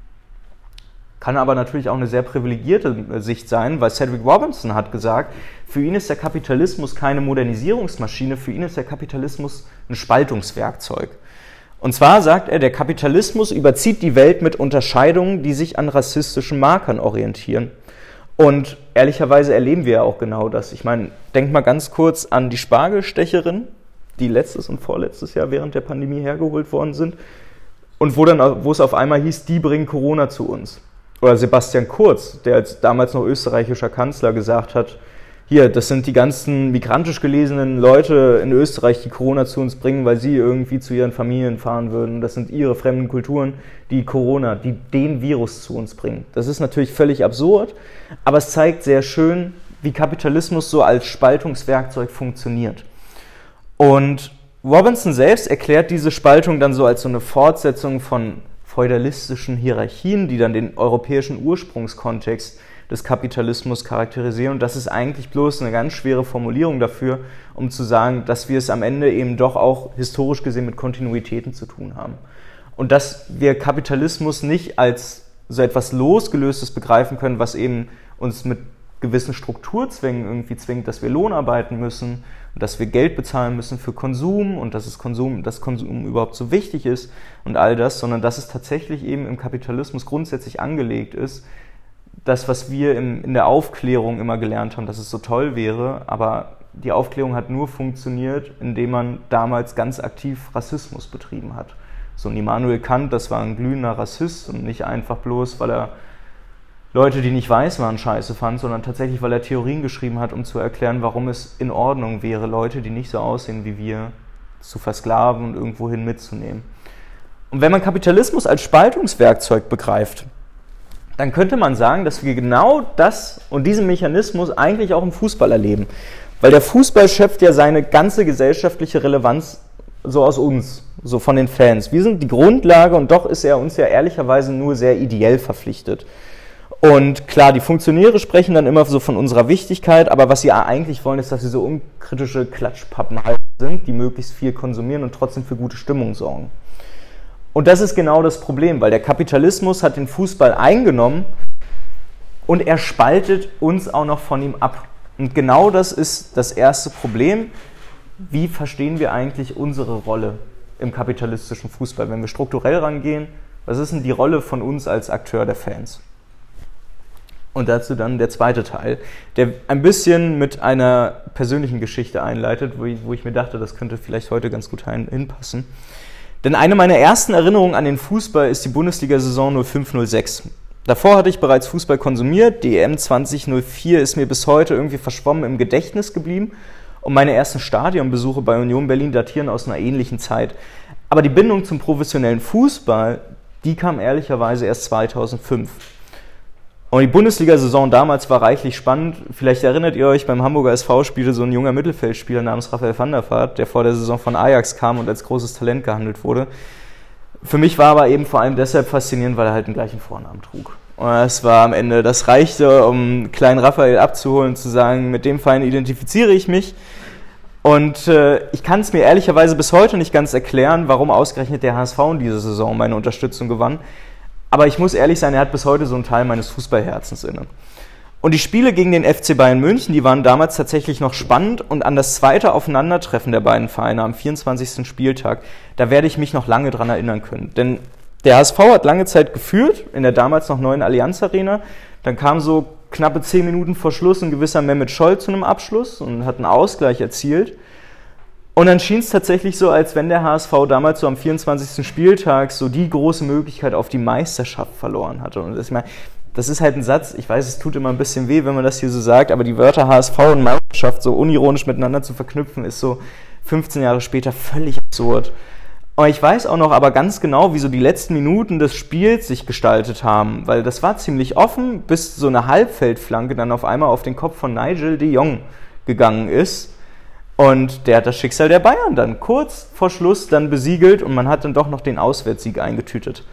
Kann aber natürlich auch eine sehr privilegierte Sicht sein, weil Cedric Robinson hat gesagt, für ihn ist der Kapitalismus keine Modernisierungsmaschine, für ihn ist der Kapitalismus ein Spaltungswerkzeug. Und zwar sagt er, der Kapitalismus überzieht die Welt mit Unterscheidungen, die sich an rassistischen Markern orientieren. Und ehrlicherweise erleben wir ja auch genau das. Ich meine, denk mal ganz kurz an die Spargelstecherin, die letztes und vorletztes Jahr während der Pandemie hergeholt worden sind und wo, dann, wo es auf einmal hieß, die bringen Corona zu uns. Oder Sebastian Kurz, der als damals noch österreichischer Kanzler gesagt hat, hier, das sind die ganzen migrantisch gelesenen Leute in Österreich, die Corona zu uns bringen, weil sie irgendwie zu ihren Familien fahren würden. Das sind ihre fremden Kulturen, die Corona, die den Virus zu uns bringen. Das ist natürlich völlig absurd, aber es zeigt sehr schön, wie Kapitalismus so als Spaltungswerkzeug funktioniert. Und Robinson selbst erklärt diese Spaltung dann so als so eine Fortsetzung von feudalistischen Hierarchien, die dann den europäischen Ursprungskontext des Kapitalismus charakterisieren. Und das ist eigentlich bloß eine ganz schwere Formulierung dafür, um zu sagen, dass wir es am Ende eben doch auch historisch gesehen mit Kontinuitäten zu tun haben. Und dass wir Kapitalismus nicht als so etwas Losgelöstes begreifen können, was eben uns mit gewissen Strukturzwängen irgendwie zwingt, dass wir Lohn arbeiten müssen, dass wir Geld bezahlen müssen für Konsum und dass es Konsum, dass Konsum überhaupt so wichtig ist und all das, sondern dass es tatsächlich eben im Kapitalismus grundsätzlich angelegt ist, das, was wir im, in der Aufklärung immer gelernt haben, dass es so toll wäre, aber die Aufklärung hat nur funktioniert, indem man damals ganz aktiv Rassismus betrieben hat. So ein Immanuel Kant, das war ein glühender Rassist und nicht einfach bloß, weil er Leute, die nicht weiß waren, scheiße fand, sondern tatsächlich, weil er Theorien geschrieben hat, um zu erklären, warum es in Ordnung wäre, Leute, die nicht so aussehen wie wir, zu versklaven und irgendwohin mitzunehmen. Und wenn man Kapitalismus als Spaltungswerkzeug begreift, dann könnte man sagen, dass wir genau das und diesen Mechanismus eigentlich auch im Fußball erleben. Weil der Fußball schöpft ja seine ganze gesellschaftliche Relevanz so aus uns, so von den Fans. Wir sind die Grundlage und doch ist er uns ja ehrlicherweise nur sehr ideell verpflichtet. Und klar, die Funktionäre sprechen dann immer so von unserer Wichtigkeit, aber was sie eigentlich wollen, ist, dass sie so unkritische Klatschpappenhalter sind, die möglichst viel konsumieren und trotzdem für gute Stimmung sorgen. Und das ist genau das Problem, weil der Kapitalismus hat den Fußball eingenommen und er spaltet uns auch noch von ihm ab. Und genau das ist das erste Problem. Wie verstehen wir eigentlich unsere Rolle im kapitalistischen Fußball? Wenn wir strukturell rangehen, was ist denn die Rolle von uns als Akteur der Fans? Und dazu dann der zweite Teil, der ein bisschen mit einer persönlichen Geschichte einleitet, wo ich, wo ich mir dachte, das könnte vielleicht heute ganz gut hinpassen. Denn eine meiner ersten Erinnerungen an den Fußball ist die Bundesliga-Saison null fünf null sechs. Davor hatte ich bereits Fußball konsumiert, die E M zwanzig null vier ist mir bis heute irgendwie verschwommen im Gedächtnis geblieben und meine ersten Stadionbesuche bei Union Berlin datieren aus einer ähnlichen Zeit. Aber die Bindung zum professionellen Fußball, die kam ehrlicherweise erst zweitausendfünf. Und die Bundesliga-Saison damals war reichlich spannend. Vielleicht erinnert ihr euch, beim Hamburger S V spielte so ein junger Mittelfeldspieler namens Raphael van der Vaart, der vor der Saison von Ajax kam und als großes Talent gehandelt wurde. Für mich war aber eben vor allem deshalb faszinierend, weil er halt den gleichen Vornamen trug. Und es war am Ende, das reichte, um kleinen Raphael abzuholen und zu sagen, mit dem Verein identifiziere ich mich. Und äh, ich kann es mir ehrlicherweise bis heute nicht ganz erklären, warum ausgerechnet der H S V in dieser Saison meine Unterstützung gewann. Aber ich muss ehrlich sein, er hat bis heute so einen Teil meines Fußballherzens inne. Und die Spiele gegen den F C Bayern München, die waren damals tatsächlich noch spannend. Und an das zweite Aufeinandertreffen der beiden Vereine am vierundzwanzigsten Spieltag, da werde ich mich noch lange dran erinnern können. Denn der H S V hat lange Zeit geführt, in der damals noch neuen Allianz Arena. Dann kam so knappe zehn Minuten vor Schluss ein gewisser Mehmet Scholl zu einem Abschluss und hat einen Ausgleich erzielt. Und dann schien es tatsächlich so, als wenn der H S V damals so am vierundzwanzigsten Spieltag so die große Möglichkeit auf die Meisterschaft verloren hatte. Und das, ich meine, das ist halt ein Satz, ich weiß, es tut immer ein bisschen weh, wenn man das hier so sagt, aber die Wörter H S V und Meisterschaft so unironisch miteinander zu verknüpfen, ist so fünfzehn Jahre später völlig absurd. Und ich weiß auch noch aber ganz genau, wie so die letzten Minuten des Spiels sich gestaltet haben, weil das war ziemlich offen, bis so eine Halbfeldflanke dann auf einmal auf den Kopf von Nigel de Jong gegangen ist. Und der hat das Schicksal der Bayern dann kurz vor Schluss dann besiegelt und man hat dann doch noch den Auswärtssieg eingetütet.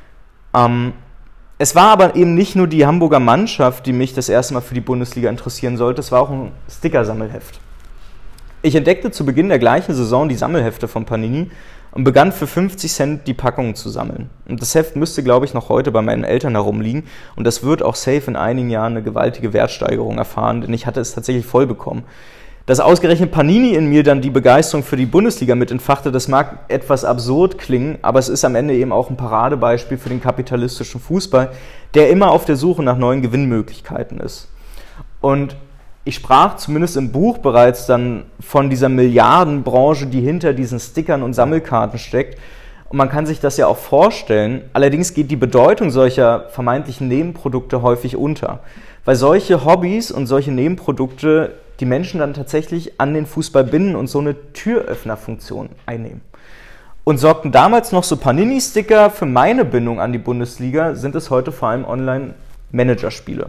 Ähm, es war aber eben nicht nur die Hamburger Mannschaft, die mich das erste Mal für die Bundesliga interessieren sollte, es war auch ein Sticker-Sammelheft. Ich entdeckte zu Beginn der gleichen Saison die Sammelhefte von Panini und begann für fünfzig Cent die Packungen zu sammeln. Und das Heft müsste, glaube ich, noch heute bei meinen Eltern herumliegen und das wird auch safe in einigen Jahren eine gewaltige Wertsteigerung erfahren, denn ich hatte es tatsächlich voll bekommen. Dass ausgerechnet Panini in mir dann die Begeisterung für die Bundesliga mit entfachte, das mag etwas absurd klingen, aber es ist am Ende eben auch ein Paradebeispiel für den kapitalistischen Fußball, der immer auf der Suche nach neuen Gewinnmöglichkeiten ist. Und ich sprach zumindest im Buch bereits dann von dieser Milliardenbranche, die hinter diesen Stickern und Sammelkarten steckt. Und man kann sich das ja auch vorstellen, allerdings geht die Bedeutung solcher vermeintlichen Nebenprodukte häufig unter, weil solche Hobbys und solche Nebenprodukte die Menschen dann tatsächlich an den Fußball binden und so eine Türöffnerfunktion einnehmen. Und sorgten damals noch so Panini-Sticker für meine Bindung an die Bundesliga, sind es heute vor allem Online-Managerspiele.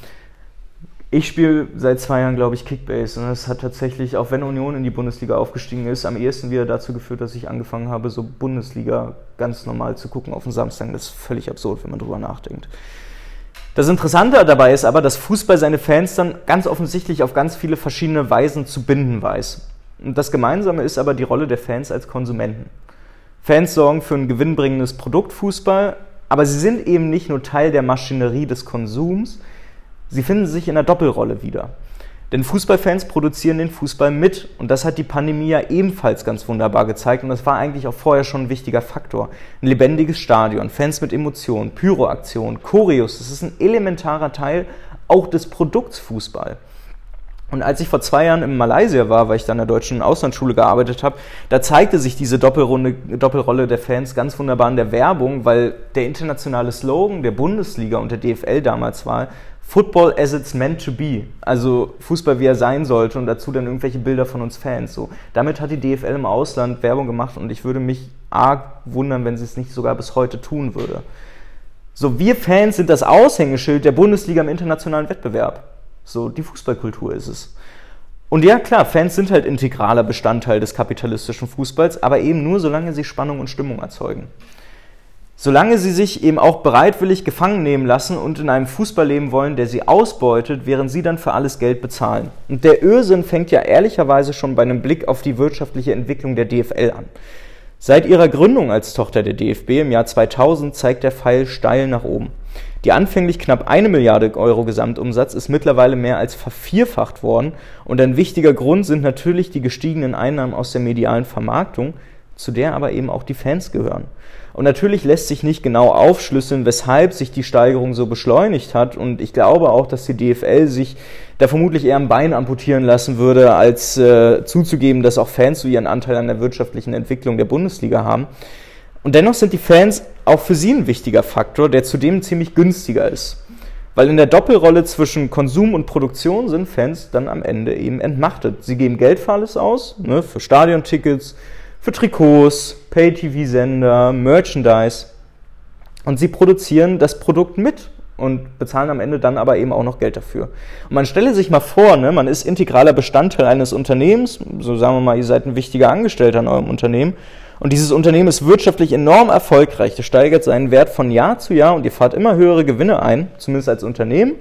Ich spiele seit zwei Jahren, glaube ich, Kickbase und es hat tatsächlich, auch wenn Union in die Bundesliga aufgestiegen ist, am ehesten wieder dazu geführt, dass ich angefangen habe, so Bundesliga ganz normal zu gucken auf den Samstag. Das ist völlig absurd, wenn man drüber nachdenkt. Das Interessante dabei ist aber, dass Fußball seine Fans dann ganz offensichtlich auf ganz viele verschiedene Weisen zu binden weiß. Und das Gemeinsame ist aber die Rolle der Fans als Konsumenten. Fans sorgen für ein gewinnbringendes Produkt Fußball, aber sie sind eben nicht nur Teil der Maschinerie des Konsums, sie finden sich in einer Doppelrolle wieder. Denn Fußballfans produzieren den Fußball mit und das hat die Pandemie ja ebenfalls ganz wunderbar gezeigt und das war eigentlich auch vorher schon ein wichtiger Faktor. Ein lebendiges Stadion, Fans mit Emotionen, Pyroaktionen, Choreos, das ist ein elementarer Teil auch des Produkts Fußball. Und als ich vor zwei Jahren in Malaysia war, weil ich da in der deutschen Auslandsschule gearbeitet habe, da zeigte sich diese Doppelrunde, Doppelrolle der Fans ganz wunderbar in der Werbung, weil der internationale Slogan der Bundesliga und der D F L damals war Football as it's meant to be, also Fußball wie er sein sollte und dazu dann irgendwelche Bilder von uns Fans. So, damit hat die D F L im Ausland Werbung gemacht und ich würde mich arg wundern, wenn sie es nicht sogar bis heute tun würde. So, wir Fans sind das Aushängeschild der Bundesliga im internationalen Wettbewerb. So, die Fußballkultur ist es. Und ja, klar, Fans sind halt integraler Bestandteil des kapitalistischen Fußballs, aber eben nur, solange sie Spannung und Stimmung erzeugen. Solange sie sich eben auch bereitwillig gefangen nehmen lassen und in einem Fußball leben wollen, der sie ausbeutet, während sie dann für alles Geld bezahlen. Und der Irrsinn fängt ja ehrlicherweise schon bei einem Blick auf die wirtschaftliche Entwicklung der D F L an. Seit ihrer Gründung als Tochter der D F B im Jahr zweitausend zeigt der Pfeil steil nach oben. Die anfänglich knapp eine Milliarde Euro Gesamtumsatz ist mittlerweile mehr als vervierfacht worden und ein wichtiger Grund sind natürlich die gestiegenen Einnahmen aus der medialen Vermarktung, zu der aber eben auch die Fans gehören. Und natürlich lässt sich nicht genau aufschlüsseln, weshalb sich die Steigerung so beschleunigt hat. Und ich glaube auch, dass die D F L sich da vermutlich eher ein Bein amputieren lassen würde, als äh, zuzugeben, dass auch Fans so ihren Anteil an der wirtschaftlichen Entwicklung der Bundesliga haben. Und dennoch sind die Fans auch für sie ein wichtiger Faktor, der zudem ziemlich günstiger ist. Weil in der Doppelrolle zwischen Konsum und Produktion sind Fans dann am Ende eben entmachtet. Sie geben Geld für alles aus, ne, für Stadiontickets, für Trikots, Pay-T V-Sender, Merchandise und sie produzieren das Produkt mit und bezahlen am Ende dann aber eben auch noch Geld dafür. Und man stelle sich mal vor, ne, man ist integraler Bestandteil eines Unternehmens, so sagen wir mal, ihr seid ein wichtiger Angestellter in eurem Unternehmen und dieses Unternehmen ist wirtschaftlich enorm erfolgreich, das steigert seinen Wert von Jahr zu Jahr und ihr fahrt immer höhere Gewinne ein, zumindest als Unternehmen.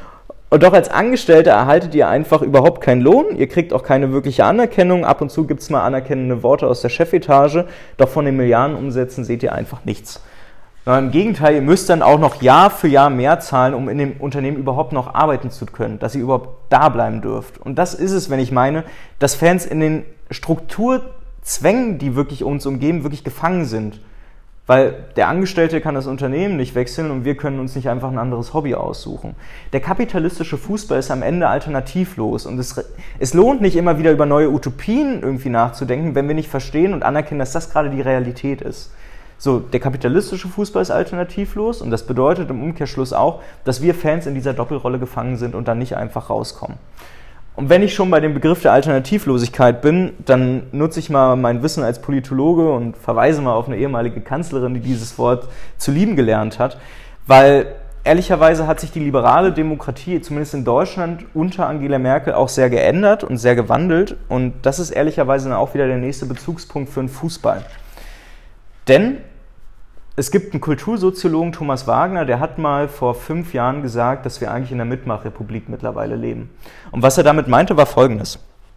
Und doch als Angestellte erhaltet ihr einfach überhaupt keinen Lohn, ihr kriegt auch keine wirkliche Anerkennung, ab und zu gibt es mal anerkennende Worte aus der Chefetage, doch von den Milliardenumsätzen seht ihr einfach nichts. Na, im Gegenteil, ihr müsst dann auch noch Jahr für Jahr mehr zahlen, um in dem Unternehmen überhaupt noch arbeiten zu können, dass ihr überhaupt da bleiben dürft. Und das ist es, wenn ich meine, dass Fans in den Strukturzwängen, die wirklich uns umgeben, wirklich gefangen sind. Weil der Angestellte kann das Unternehmen nicht wechseln und wir können uns nicht einfach ein anderes Hobby aussuchen. Der kapitalistische Fußball ist am Ende alternativlos und es, es lohnt nicht immer wieder über neue Utopien irgendwie nachzudenken, wenn wir nicht verstehen und anerkennen, dass das gerade die Realität ist. So, der kapitalistische Fußball ist alternativlos und das bedeutet im Umkehrschluss auch, dass wir Fans in dieser Doppelrolle gefangen sind und dann nicht einfach rauskommen. Und wenn ich schon bei dem Begriff der Alternativlosigkeit bin, dann nutze ich mal mein Wissen als Politologe und verweise mal auf eine ehemalige Kanzlerin, die dieses Wort zu lieben gelernt hat, weil ehrlicherweise hat sich die liberale Demokratie, zumindest in Deutschland, unter Angela Merkel auch sehr geändert und sehr gewandelt und das ist ehrlicherweise auch wieder der nächste Bezugspunkt für den Fußball. Denn es gibt einen Kultursoziologen, Thomas Wagner, der hat mal vor fünf Jahren gesagt, dass wir eigentlich in der Mitmachrepublik mittlerweile leben. Und was er damit meinte, war Folgendes.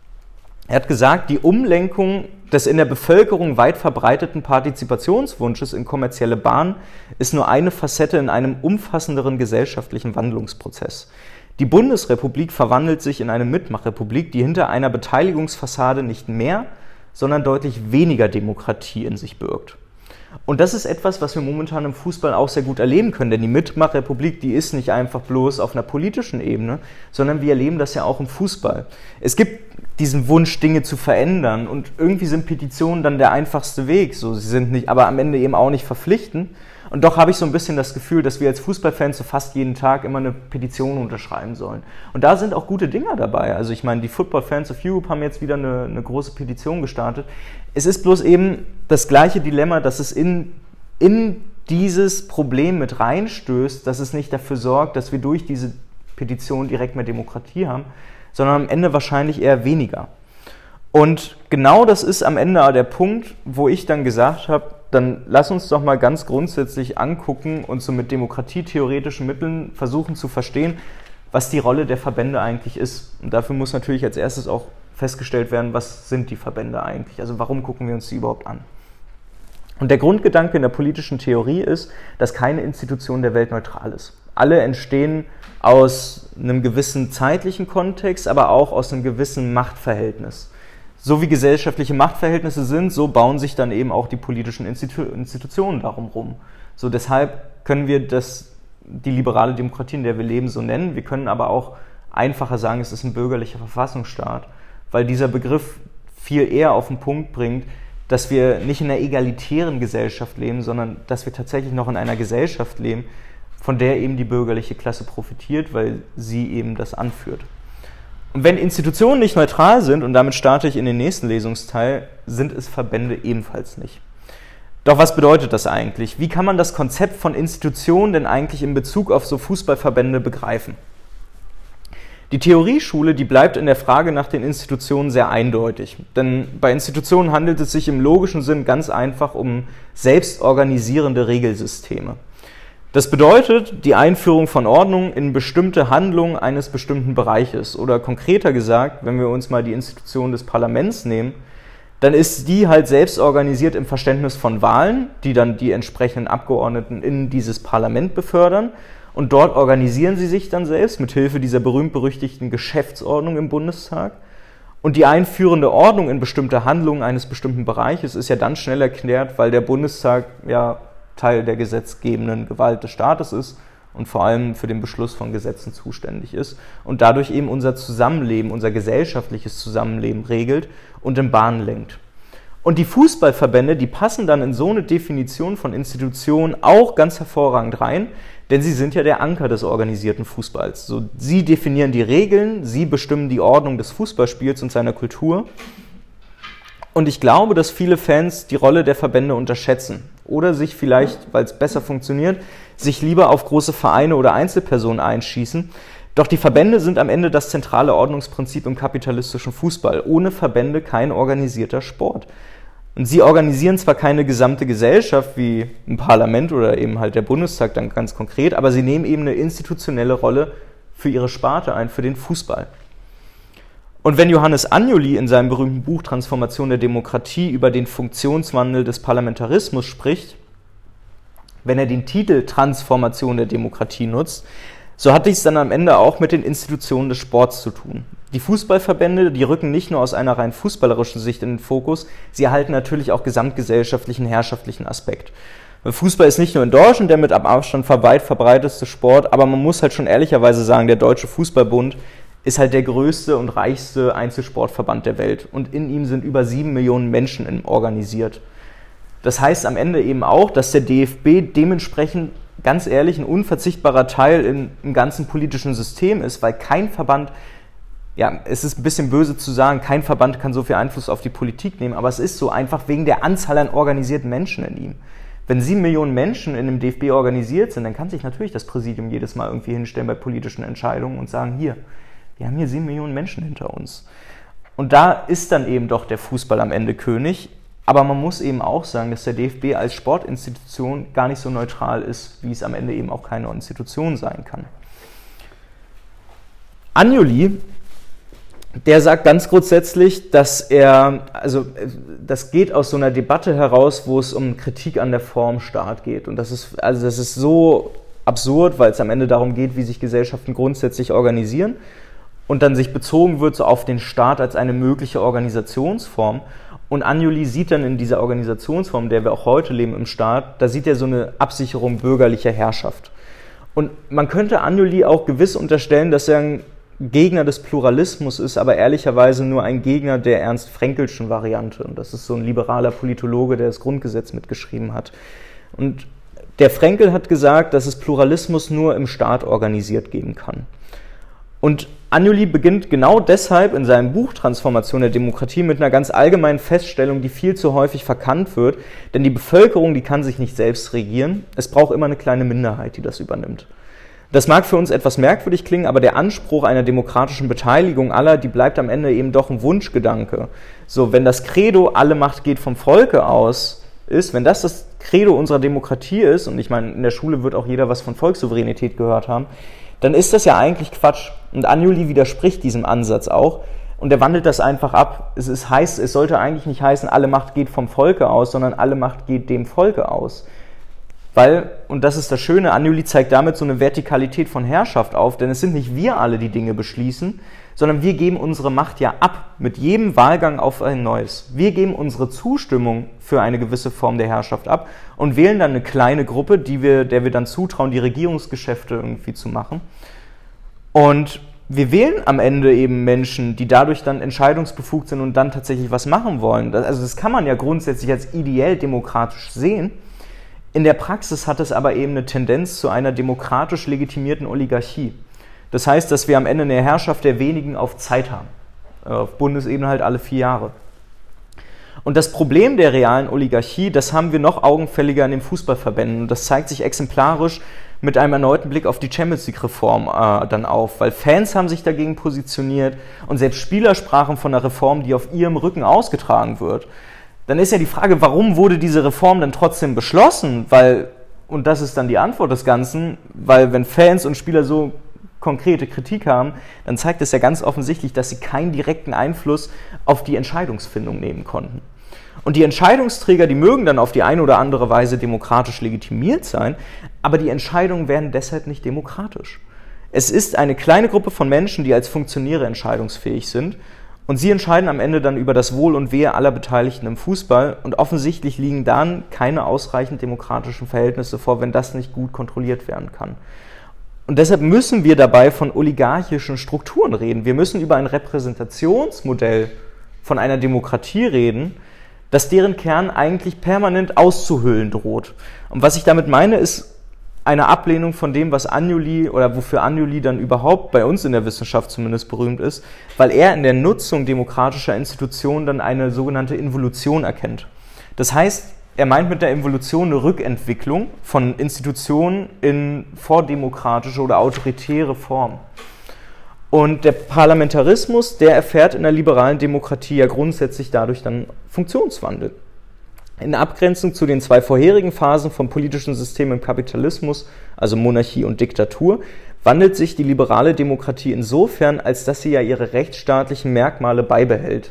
Er hat gesagt, die Umlenkung des in der Bevölkerung weit verbreiteten Partizipationswunsches in kommerzielle Bahnen ist nur eine Facette in einem umfassenderen gesellschaftlichen Wandlungsprozess. Die Bundesrepublik verwandelt sich in eine Mitmachrepublik, die hinter einer Beteiligungsfassade nicht mehr, sondern deutlich weniger Demokratie in sich birgt. Und das ist etwas, was wir momentan im Fußball auch sehr gut erleben können, denn die Mitmachrepublik, die ist nicht einfach bloß auf einer politischen Ebene, sondern wir erleben das ja auch im Fußball. Es gibt diesen Wunsch, Dinge zu verändern und irgendwie sind Petitionen dann der einfachste Weg, so, sie sind nicht, aber am Ende eben auch nicht verpflichtend. Und doch habe ich so ein bisschen das Gefühl, dass wir als Fußballfans so fast jeden Tag immer eine Petition unterschreiben sollen. Und da sind auch gute Dinger dabei. Also ich meine, die Football Fans of Europe haben jetzt wieder eine, eine große Petition gestartet. Es ist bloß eben das gleiche Dilemma, dass es in, in dieses Problem mit reinstößt, dass es nicht dafür sorgt, dass wir durch diese Petition direkt mehr Demokratie haben, sondern am Ende wahrscheinlich eher weniger. Und genau das ist am Ende der Punkt, wo ich dann gesagt habe, dann lass uns doch mal ganz grundsätzlich angucken und so mit demokratietheoretischen Mitteln versuchen zu verstehen, was die Rolle der Verbände eigentlich ist. Und dafür muss natürlich als erstes auch festgestellt werden, was sind die Verbände eigentlich? Also warum gucken wir uns die überhaupt an? Und der Grundgedanke in der politischen Theorie ist, dass keine Institution der Welt neutral ist. Alle entstehen aus einem gewissen zeitlichen Kontext, aber auch aus einem gewissen Machtverhältnis. So wie gesellschaftliche Machtverhältnisse sind, so bauen sich dann eben auch die politischen Institu- Institutionen darum rum. So deshalb können wir das, die liberale Demokratie, in der wir leben, so nennen. Wir können aber auch einfacher sagen, es ist ein bürgerlicher Verfassungsstaat, weil dieser Begriff viel eher auf den Punkt bringt, dass wir nicht in einer egalitären Gesellschaft leben, sondern dass wir tatsächlich noch in einer Gesellschaft leben, von der eben die bürgerliche Klasse profitiert, weil sie eben das anführt. Und wenn Institutionen nicht neutral sind, und damit starte ich in den nächsten Lesungsteil, sind es Verbände ebenfalls nicht. Doch was bedeutet das eigentlich? Wie kann man das Konzept von Institutionen denn eigentlich in Bezug auf so Fußballverbände begreifen? Die Theorieschule, die bleibt in der Frage nach den Institutionen sehr eindeutig. Denn bei Institutionen handelt es sich im logischen Sinn ganz einfach um selbstorganisierende Regelsysteme. Das bedeutet die Einführung von Ordnung in bestimmte Handlungen eines bestimmten Bereiches. Oder konkreter gesagt, wenn wir uns mal die Institution des Parlaments nehmen, dann ist die halt selbst organisiert im Verständnis von Wahlen, die dann die entsprechenden Abgeordneten in dieses Parlament befördern. Und dort organisieren sie sich dann selbst mit Hilfe dieser berühmt-berüchtigten Geschäftsordnung im Bundestag. Und die einführende Ordnung in bestimmte Handlungen eines bestimmten Bereiches ist ja dann schnell erklärt, weil der Bundestag ja Teil der gesetzgebenden Gewalt des Staates ist und vor allem für den Beschluss von Gesetzen zuständig ist und dadurch eben unser Zusammenleben, unser gesellschaftliches Zusammenleben regelt und in Bahnen lenkt. Und die Fußballverbände, die passen dann in so eine Definition von Institutionen auch ganz hervorragend rein, denn sie sind ja der Anker des organisierten Fußballs. So, sie definieren die Regeln, sie bestimmen die Ordnung des Fußballspiels und seiner Kultur. Und ich glaube, dass viele Fans die Rolle der Verbände unterschätzen oder sich vielleicht, weil es besser funktioniert, sich lieber auf große Vereine oder Einzelpersonen einschießen. Doch die Verbände sind am Ende das zentrale Ordnungsprinzip im kapitalistischen Fußball. Ohne Verbände kein organisierter Sport. Und sie organisieren zwar keine gesamte Gesellschaft wie ein Parlament oder eben halt der Bundestag dann ganz konkret, aber sie nehmen eben eine institutionelle Rolle für ihre Sparte ein, für den Fußball. Und wenn Johannes Anjoly in seinem berühmten Buch Transformation der Demokratie über den Funktionswandel des Parlamentarismus spricht, wenn er den Titel Transformation der Demokratie nutzt, so hat dies dann am Ende auch mit den Institutionen des Sports zu tun. Die Fußballverbände, die rücken nicht nur aus einer rein fußballerischen Sicht in den Fokus, sie erhalten natürlich auch gesamtgesellschaftlichen, herrschaftlichen Aspekt. Fußball ist nicht nur in Deutschland der mit am Abstand weit verbreitetste Sport, aber man muss halt schon ehrlicherweise sagen, der Deutsche Fußballbund ist halt der größte und reichste Einzelsportverband der Welt und in ihm sind über sieben Millionen Menschen organisiert. Das heißt am Ende eben auch, dass der D F B dementsprechend ganz ehrlich ein unverzichtbarer Teil in, im ganzen politischen System ist, weil kein Verband, ja, es ist ein bisschen böse zu sagen, kein Verband kann so viel Einfluss auf die Politik nehmen, aber es ist so einfach wegen der Anzahl an organisierten Menschen in ihm. Wenn sieben Millionen Menschen in dem D F B organisiert sind, dann kann sich natürlich das Präsidium jedes Mal irgendwie hinstellen bei politischen Entscheidungen und sagen, hier, wir haben hier sieben Millionen Menschen hinter uns. Und da ist dann eben doch der Fußball am Ende König. Aber man muss eben auch sagen, dass der D F B als Sportinstitution gar nicht so neutral ist, wie es am Ende eben auch keine Institution sein kann. Anjoly, der sagt ganz grundsätzlich, dass er, also das geht aus so einer Debatte heraus, wo es um Kritik an der Formstaat geht. Und das ist, also das ist so absurd, weil es am Ende darum geht, wie sich Gesellschaften grundsätzlich organisieren und dann sich bezogen wird so auf den Staat als eine mögliche Organisationsform. Und Anjoly sieht dann in dieser Organisationsform, in der wir auch heute leben im Staat, da sieht er so eine Absicherung bürgerlicher Herrschaft. Und man könnte Anjoly auch gewiss unterstellen, dass er ein Gegner des Pluralismus ist, aber ehrlicherweise nur ein Gegner der Ernst-Frenkelschen Variante. Und das ist so ein liberaler Politologe, der das Grundgesetz mitgeschrieben hat. Und der Frenkel hat gesagt, dass es Pluralismus nur im Staat organisiert geben kann. Und Anjoly beginnt genau deshalb in seinem Buch Transformation der Demokratie mit einer ganz allgemeinen Feststellung, die viel zu häufig verkannt wird, denn die Bevölkerung, die kann sich nicht selbst regieren, es braucht immer eine kleine Minderheit, die das übernimmt. Das mag für uns etwas merkwürdig klingen, aber der Anspruch einer demokratischen Beteiligung aller, die bleibt am Ende eben doch ein Wunschgedanke. So, wenn das Credo, alle Macht geht vom Volke aus, ist, wenn das das Credo unserer Demokratie ist, und ich meine, in der Schule wird auch jeder was von Volkssouveränität gehört haben, dann ist das ja eigentlich Quatsch. Und Anjoly widerspricht diesem Ansatz auch und er wandelt das einfach ab. Es ist, heißt, es sollte eigentlich nicht heißen, alle Macht geht vom Volke aus, sondern alle Macht geht dem Volke aus. Weil, und das ist das Schöne, Anjoly zeigt damit so eine Vertikalität von Herrschaft auf, denn es sind nicht wir alle, die Dinge beschließen, sondern wir geben unsere Macht ja ab, mit jedem Wahlgang auf ein neues. Wir geben unsere Zustimmung für eine gewisse Form der Herrschaft ab und wählen dann eine kleine Gruppe, die wir, der wir dann zutrauen, die Regierungsgeschäfte irgendwie zu machen. Und wir wählen am Ende eben Menschen, die dadurch dann entscheidungsbefugt sind und dann tatsächlich was machen wollen. Also das kann man ja grundsätzlich als ideell demokratisch sehen. In der Praxis hat es aber eben eine Tendenz zu einer demokratisch legitimierten Oligarchie. Das heißt, dass wir am Ende eine Herrschaft der wenigen auf Zeit haben. Auf Bundesebene halt alle vier Jahre. Und das Problem der realen Oligarchie, das haben wir noch augenfälliger in den Fußballverbänden. Und das zeigt sich exemplarisch mit einem erneuten Blick auf die Champions-League-Reform äh, dann auf. Weil Fans haben sich dagegen positioniert und selbst Spieler sprachen von einer Reform, die auf ihrem Rücken ausgetragen wird. Dann ist ja die Frage, warum wurde diese Reform dann trotzdem beschlossen? Weil, und das ist dann die Antwort des Ganzen, weil wenn Fans und Spieler so konkrete Kritik haben, dann zeigt es ja ganz offensichtlich, dass sie keinen direkten Einfluss auf die Entscheidungsfindung nehmen konnten. Und die Entscheidungsträger, die mögen dann auf die eine oder andere Weise demokratisch legitimiert sein, aber die Entscheidungen werden deshalb nicht demokratisch. Es ist eine kleine Gruppe von Menschen, die als Funktionäre entscheidungsfähig sind und sie entscheiden am Ende dann über das Wohl und Wehe aller Beteiligten im Fußball und offensichtlich liegen dann keine ausreichend demokratischen Verhältnisse vor, wenn das nicht gut kontrolliert werden kann. Und deshalb müssen wir dabei von oligarchischen Strukturen reden. Wir müssen über ein Repräsentationsmodell von einer Demokratie reden, das deren Kern eigentlich permanent auszuhöhlen droht. Und was ich damit meine, ist eine Ablehnung von dem, was Anjouli oder wofür Anjouli dann überhaupt bei uns in der Wissenschaft zumindest berühmt ist, weil er in der Nutzung demokratischer Institutionen dann eine sogenannte Involution erkennt. Das heißt, er meint mit der Involution eine Rückentwicklung von Institutionen in vordemokratische oder autoritäre Formen. Und der Parlamentarismus, der erfährt in der liberalen Demokratie ja grundsätzlich dadurch dann Funktionswandel. In Abgrenzung zu den zwei vorherigen Phasen vom politischen System im Kapitalismus, also Monarchie und Diktatur, wandelt sich die liberale Demokratie insofern, als dass sie ja ihre rechtsstaatlichen Merkmale beibehält.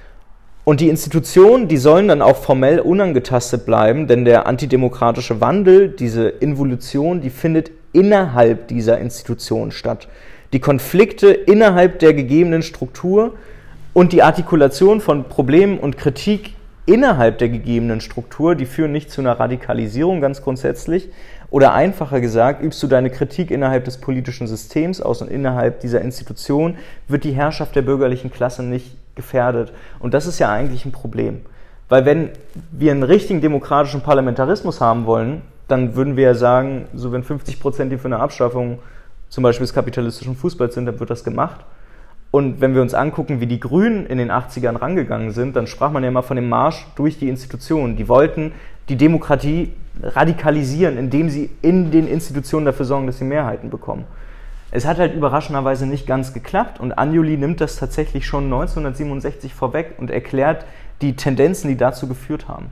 Und die Institutionen, die sollen dann auch formell unangetastet bleiben, denn der antidemokratische Wandel, diese Involution, die findet innerhalb dieser Institutionen statt. Die Konflikte innerhalb der gegebenen Struktur und die Artikulation von Problemen und Kritik innerhalb der gegebenen Struktur, die führen nicht zu einer Radikalisierung ganz grundsätzlich. Oder einfacher gesagt, übst du deine Kritik innerhalb des politischen Systems aus und innerhalb dieser Institution wird die Herrschaft der bürgerlichen Klasse nicht gefährdet. Und das ist ja eigentlich ein Problem. Weil wenn wir einen richtigen demokratischen Parlamentarismus haben wollen, dann würden wir ja sagen, so wenn fünfzig Prozent die für eine Abschaffung zum Beispiel des kapitalistischen Fußballs sind, dann wird das gemacht. Und wenn wir uns angucken, wie die Grünen in den achtzigern rangegangen sind, dann sprach man ja immer von dem Marsch durch die Institutionen. Die wollten die Demokratie radikalisieren, indem sie in den Institutionen dafür sorgen, dass sie Mehrheiten bekommen. Es hat halt überraschenderweise nicht ganz geklappt und Anjouli nimmt das tatsächlich schon neunzehnhundertsiebenundsechzig vorweg und erklärt die Tendenzen, die dazu geführt haben.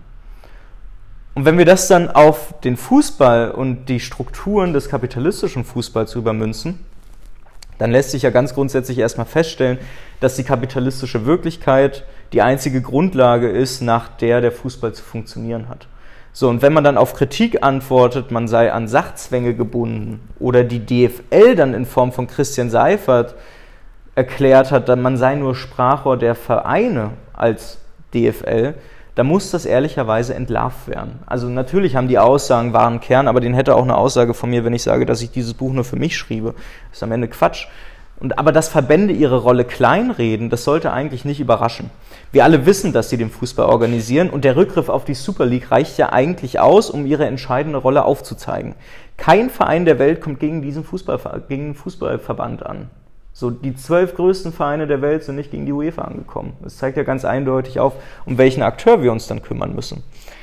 Und wenn wir das dann auf den Fußball und die Strukturen des kapitalistischen Fußballs übermünzen, dann lässt sich ja ganz grundsätzlich erstmal feststellen, dass die kapitalistische Wirklichkeit die einzige Grundlage ist, nach der der Fußball zu funktionieren hat. So, und wenn man dann auf Kritik antwortet, man sei an Sachzwänge gebunden oder die D F L dann in Form von Christian Seifert erklärt hat, dann man sei nur Sprachrohr der Vereine als D F L, da muss das ehrlicherweise entlarvt werden. Also natürlich haben die Aussagen wahren Kern, aber den hätte auch eine Aussage von mir, wenn ich sage, dass ich dieses Buch nur für mich schriebe. Das ist am Ende Quatsch. Und, aber dass Verbände ihre Rolle kleinreden, das sollte eigentlich nicht überraschen. Wir alle wissen, dass sie den Fußball organisieren und der Rückgriff auf die Super League reicht ja eigentlich aus, um ihre entscheidende Rolle aufzuzeigen. Kein Verein der Welt kommt gegen diesen Fußball, gegen den Fußballverband an. So, die zwölf größten Vereine der Welt sind nicht gegen die UEFA angekommen. Das zeigt ja ganz eindeutig auf, um welchen Akteur wir uns dann kümmern müssen.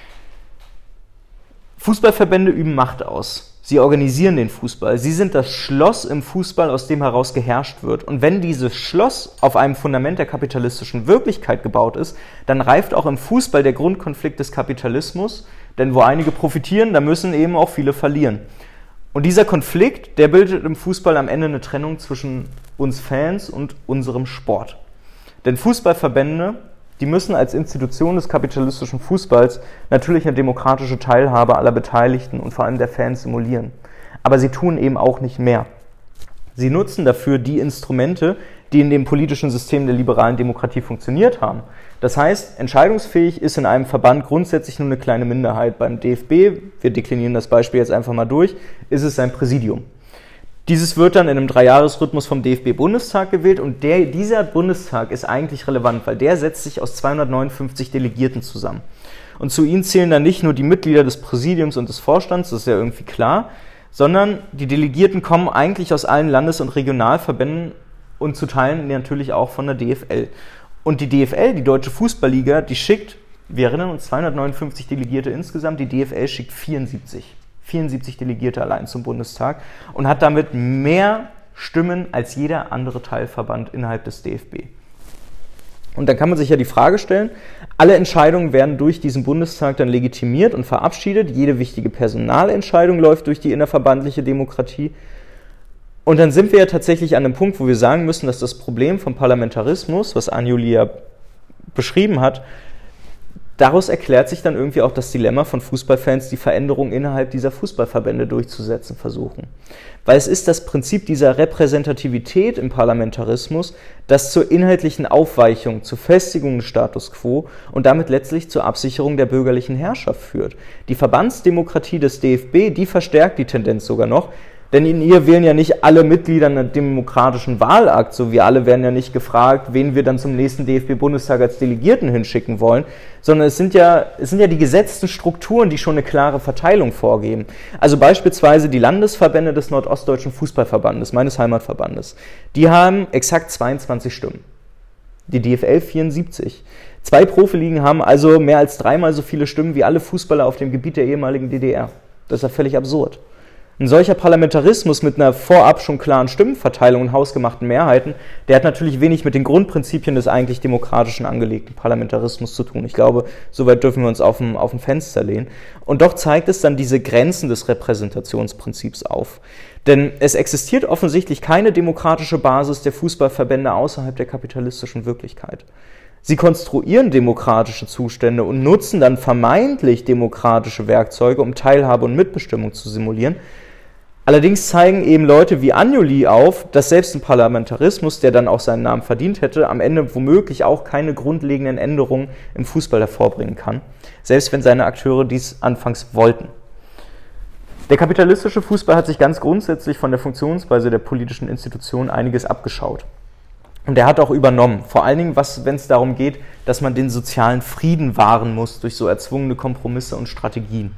Fußballverbände üben Macht aus. Sie organisieren den Fußball. Sie sind das Schloss im Fußball, aus dem heraus geherrscht wird. Und wenn dieses Schloss auf einem Fundament der kapitalistischen Wirklichkeit gebaut ist, dann reift auch im Fußball der Grundkonflikt des Kapitalismus. Denn wo einige profitieren, da müssen eben auch viele verlieren. Und dieser Konflikt, der bildet im Fußball am Ende eine Trennung zwischen uns Fans und unserem Sport. Denn Fußballverbände, die müssen als Institution des kapitalistischen Fußballs natürlich eine demokratische Teilhabe aller Beteiligten und vor allem der Fans simulieren. Aber sie tun eben auch nicht mehr. Sie nutzen dafür die Instrumente, die in dem politischen System der liberalen Demokratie funktioniert haben. Das heißt, entscheidungsfähig ist in einem Verband grundsätzlich nur eine kleine Minderheit. Beim D F B, wir deklinieren das Beispiel jetzt einfach mal durch, ist es sein Präsidium. Dieses wird dann in einem Dreijahresrhythmus vom D F B-Bundestag gewählt und der, dieser Bundestag ist eigentlich relevant, weil der setzt sich aus zweihundertneunundfünfzig Delegierten zusammen. Und zu ihnen zählen dann nicht nur die Mitglieder des Präsidiums und des Vorstands, das ist ja irgendwie klar, sondern die Delegierten kommen eigentlich aus allen Landes- und Regionalverbänden und zu Teilen natürlich auch von der D F L. Und die D F L, die Deutsche Fußballliga, die schickt Wir erinnern uns, zweihundertneunundfünfzig Delegierte insgesamt, die D F L schickt vierundsiebzig. vierundsiebzig Delegierte allein zum Bundestag und hat damit mehr Stimmen als jeder andere Teilverband innerhalb des D F B. Und dann kann man sich ja die Frage stellen, alle Entscheidungen werden durch diesen Bundestag dann legitimiert und verabschiedet, jede wichtige Personalentscheidung läuft durch die innerverbandliche Demokratie. Und dann sind wir ja tatsächlich an einem Punkt, wo wir sagen müssen, dass das Problem vom Parlamentarismus, was Anjuli ja beschrieben hat, daraus erklärt sich dann irgendwie auch das Dilemma von Fußballfans, die Veränderungen innerhalb dieser Fußballverbände durchzusetzen versuchen. Weil es ist das Prinzip dieser Repräsentativität im Parlamentarismus, das zur inhaltlichen Aufweichung, zur Festigung des Status quo und damit letztlich zur Absicherung der bürgerlichen Herrschaft führt. Die Verbandsdemokratie des D F B, die verstärkt die Tendenz sogar noch, denn in ihr wählen ja nicht alle Mitglieder einen demokratischen Wahlakt, so wir alle werden ja nicht gefragt, wen wir dann zum nächsten D F B-Bundestag als Delegierten hinschicken wollen, sondern es sind ja, es sind ja die gesetzten Strukturen, die schon eine klare Verteilung vorgeben. Also beispielsweise die Landesverbände des Nordostdeutschen Fußballverbandes, meines Heimatverbandes, die haben exakt zweiundzwanzig Stimmen. Die D F L vierundsiebzig. Zwei Profiligen haben also mehr als dreimal so viele Stimmen wie alle Fußballer auf dem Gebiet der ehemaligen D D R. Das ist ja völlig absurd. Ein solcher Parlamentarismus mit einer vorab schon klaren Stimmenverteilung und hausgemachten Mehrheiten, der hat natürlich wenig mit den Grundprinzipien des eigentlich demokratischen angelegten Parlamentarismus zu tun. Ich glaube, soweit dürfen wir uns auf dem, auf dem Fenster lehnen. Und doch zeigt es dann diese Grenzen des Repräsentationsprinzips auf. Denn es existiert offensichtlich keine demokratische Basis der Fußballverbände außerhalb der kapitalistischen Wirklichkeit. Sie konstruieren demokratische Zustände und nutzen dann vermeintlich demokratische Werkzeuge, um Teilhabe und Mitbestimmung zu simulieren. Allerdings zeigen eben Leute wie Anjuli auf, dass selbst ein Parlamentarismus, der dann auch seinen Namen verdient hätte, am Ende womöglich auch keine grundlegenden Änderungen im Fußball hervorbringen kann, selbst wenn seine Akteure dies anfangs wollten. Der kapitalistische Fußball hat sich ganz grundsätzlich von der Funktionsweise der politischen Institutionen einiges abgeschaut. Und er hat auch übernommen, vor allen Dingen, wenn es darum geht, dass man den sozialen Frieden wahren muss durch so erzwungene Kompromisse und Strategien.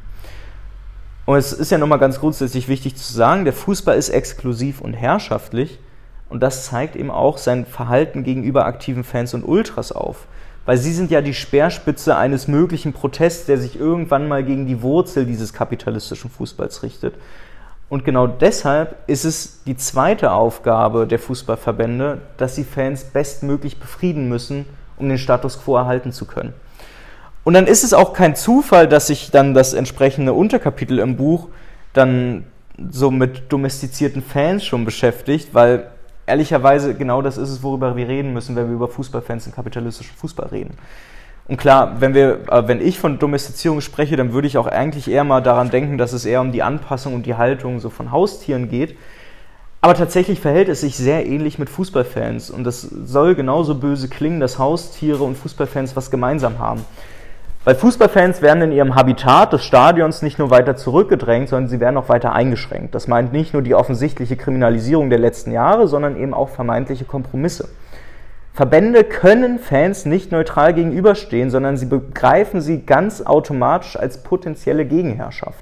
Und es ist ja nochmal ganz grundsätzlich wichtig zu sagen, der Fußball ist exklusiv und herrschaftlich und das zeigt eben auch sein Verhalten gegenüber aktiven Fans und Ultras auf. Weil sie sind ja die Speerspitze eines möglichen Protests, der sich irgendwann mal gegen die Wurzel dieses kapitalistischen Fußballs richtet. Und genau deshalb ist es die zweite Aufgabe der Fußballverbände, dass sie Fans bestmöglich befrieden müssen, um den Status quo erhalten zu können. Und dann ist es auch kein Zufall, dass sich dann das entsprechende Unterkapitel im Buch dann so mit domestizierten Fans schon beschäftigt, weil ehrlicherweise genau das ist es, worüber wir reden müssen, wenn wir über Fußballfans im kapitalistischen Fußball reden. Und klar, wenn wir, äh, wenn ich von Domestizierung spreche, dann würde ich auch eigentlich eher mal daran denken, dass es eher um die Anpassung und die Haltung so von Haustieren geht. Aber tatsächlich verhält es sich sehr ähnlich mit Fußballfans. Und das soll genauso böse klingen, dass Haustiere und Fußballfans was gemeinsam haben. Weil Fußballfans werden in ihrem Habitat des Stadions nicht nur weiter zurückgedrängt, sondern sie werden auch weiter eingeschränkt. Das meint nicht nur die offensichtliche Kriminalisierung der letzten Jahre, sondern eben auch vermeintliche Kompromisse. Verbände können Fans nicht neutral gegenüberstehen, sondern sie begreifen sie ganz automatisch als potenzielle Gegenherrschaft.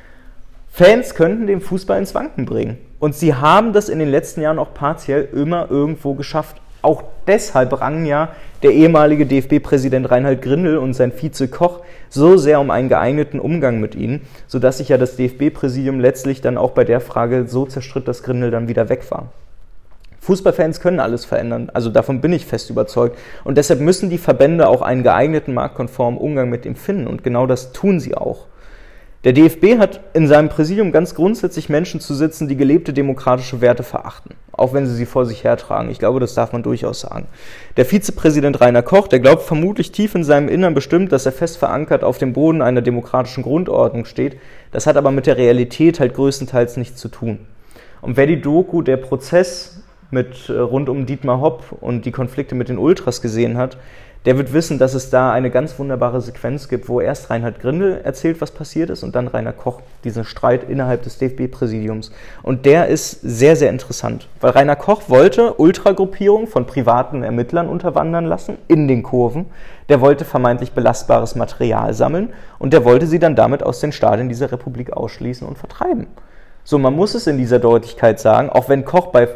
Fans könnten den Fußball ins Wanken bringen. Und sie haben das in den letzten Jahren auch partiell immer irgendwo geschafft. Auch deshalb rangen ja der ehemalige D F B-Präsident Reinhard Grindel und sein Vize Koch so sehr um einen geeigneten Umgang mit ihnen, sodass sich ja das D F B-Präsidium letztlich dann auch bei der Frage so zerstritt, dass Grindel dann wieder weg war. Fußballfans können alles verändern, also davon bin ich fest überzeugt. Und deshalb müssen die Verbände auch einen geeigneten, marktkonformen Umgang mit ihm finden. Und genau das tun sie auch. Der D F B hat in seinem Präsidium ganz grundsätzlich Menschen zu sitzen, die gelebte demokratische Werte verachten. Auch wenn sie sie vor sich hertragen. Ich glaube, das darf man durchaus sagen. Der Vizepräsident Rainer Koch, der glaubt vermutlich tief in seinem Innern bestimmt, dass er fest verankert auf dem Boden einer demokratischen Grundordnung steht. Das hat aber mit der Realität halt größtenteils nichts zu tun. Und wer die Doku Der Prozess mit rund um Dietmar Hopp und die Konflikte mit den Ultras gesehen hat, der wird wissen, dass es da eine ganz wunderbare Sequenz gibt, wo erst Reinhard Grindel erzählt, was passiert ist, und dann Rainer Koch, diesen Streit innerhalb des D F B-Präsidiums. Und der ist sehr, sehr interessant, weil Rainer Koch wollte Ultragruppierungen von privaten Ermittlern unterwandern lassen, in den Kurven. Der wollte vermeintlich belastbares Material sammeln und der wollte sie dann damit aus den Stadien dieser Republik ausschließen und vertreiben. So, man muss es in dieser Deutlichkeit sagen, auch wenn Koch bei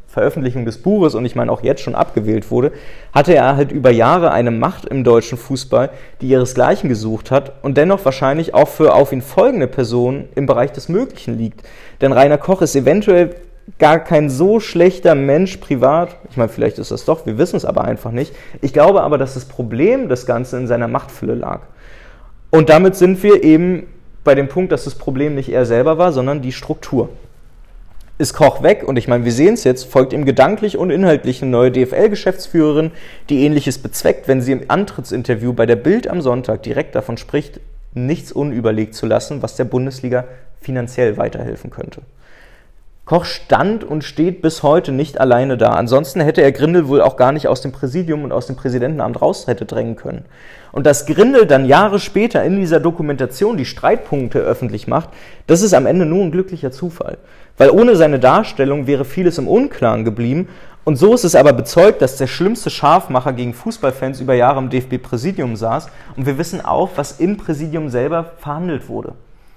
Veröffentlichung des Buches und ich meine auch jetzt schon abgewählt wurde, hatte er halt über Jahre eine Macht im deutschen Fußball, die ihresgleichen gesucht hat und dennoch wahrscheinlich auch für auf ihn folgende Personen im Bereich des Möglichen liegt. Denn Rainer Koch ist eventuell gar kein so schlechter Mensch privat. Ich meine, vielleicht ist das doch, wir wissen es aber einfach nicht. Ich glaube aber, dass das Problem des Ganzen in seiner Machtfülle lag. Und damit sind wir eben bei dem Punkt, dass das Problem nicht er selber war, sondern die Struktur. Ist Koch weg, und ich meine, wir sehen es jetzt, folgt ihm gedanklich und inhaltlich eine neue D F L-Geschäftsführerin, die Ähnliches bezweckt, wenn sie im Antrittsinterview bei der Bild am Sonntag direkt davon spricht, nichts unüberlegt zu lassen, was der Bundesliga finanziell weiterhelfen könnte. Koch stand und steht bis heute nicht alleine da. Ansonsten hätte er Grindel wohl auch gar nicht aus dem Präsidium und aus dem Präsidentenamt raus hätte drängen können. Und dass Grindel dann Jahre später in dieser Dokumentation die Streitpunkte öffentlich macht, das ist am Ende nur ein glücklicher Zufall. Weil ohne seine Darstellung wäre vieles im Unklaren geblieben. Und so ist es aber bezeugt, dass der schlimmste Scharfmacher gegen Fußballfans über Jahre im D F B-Präsidium saß. Und wir wissen auch, was im Präsidium selber verhandelt wurde.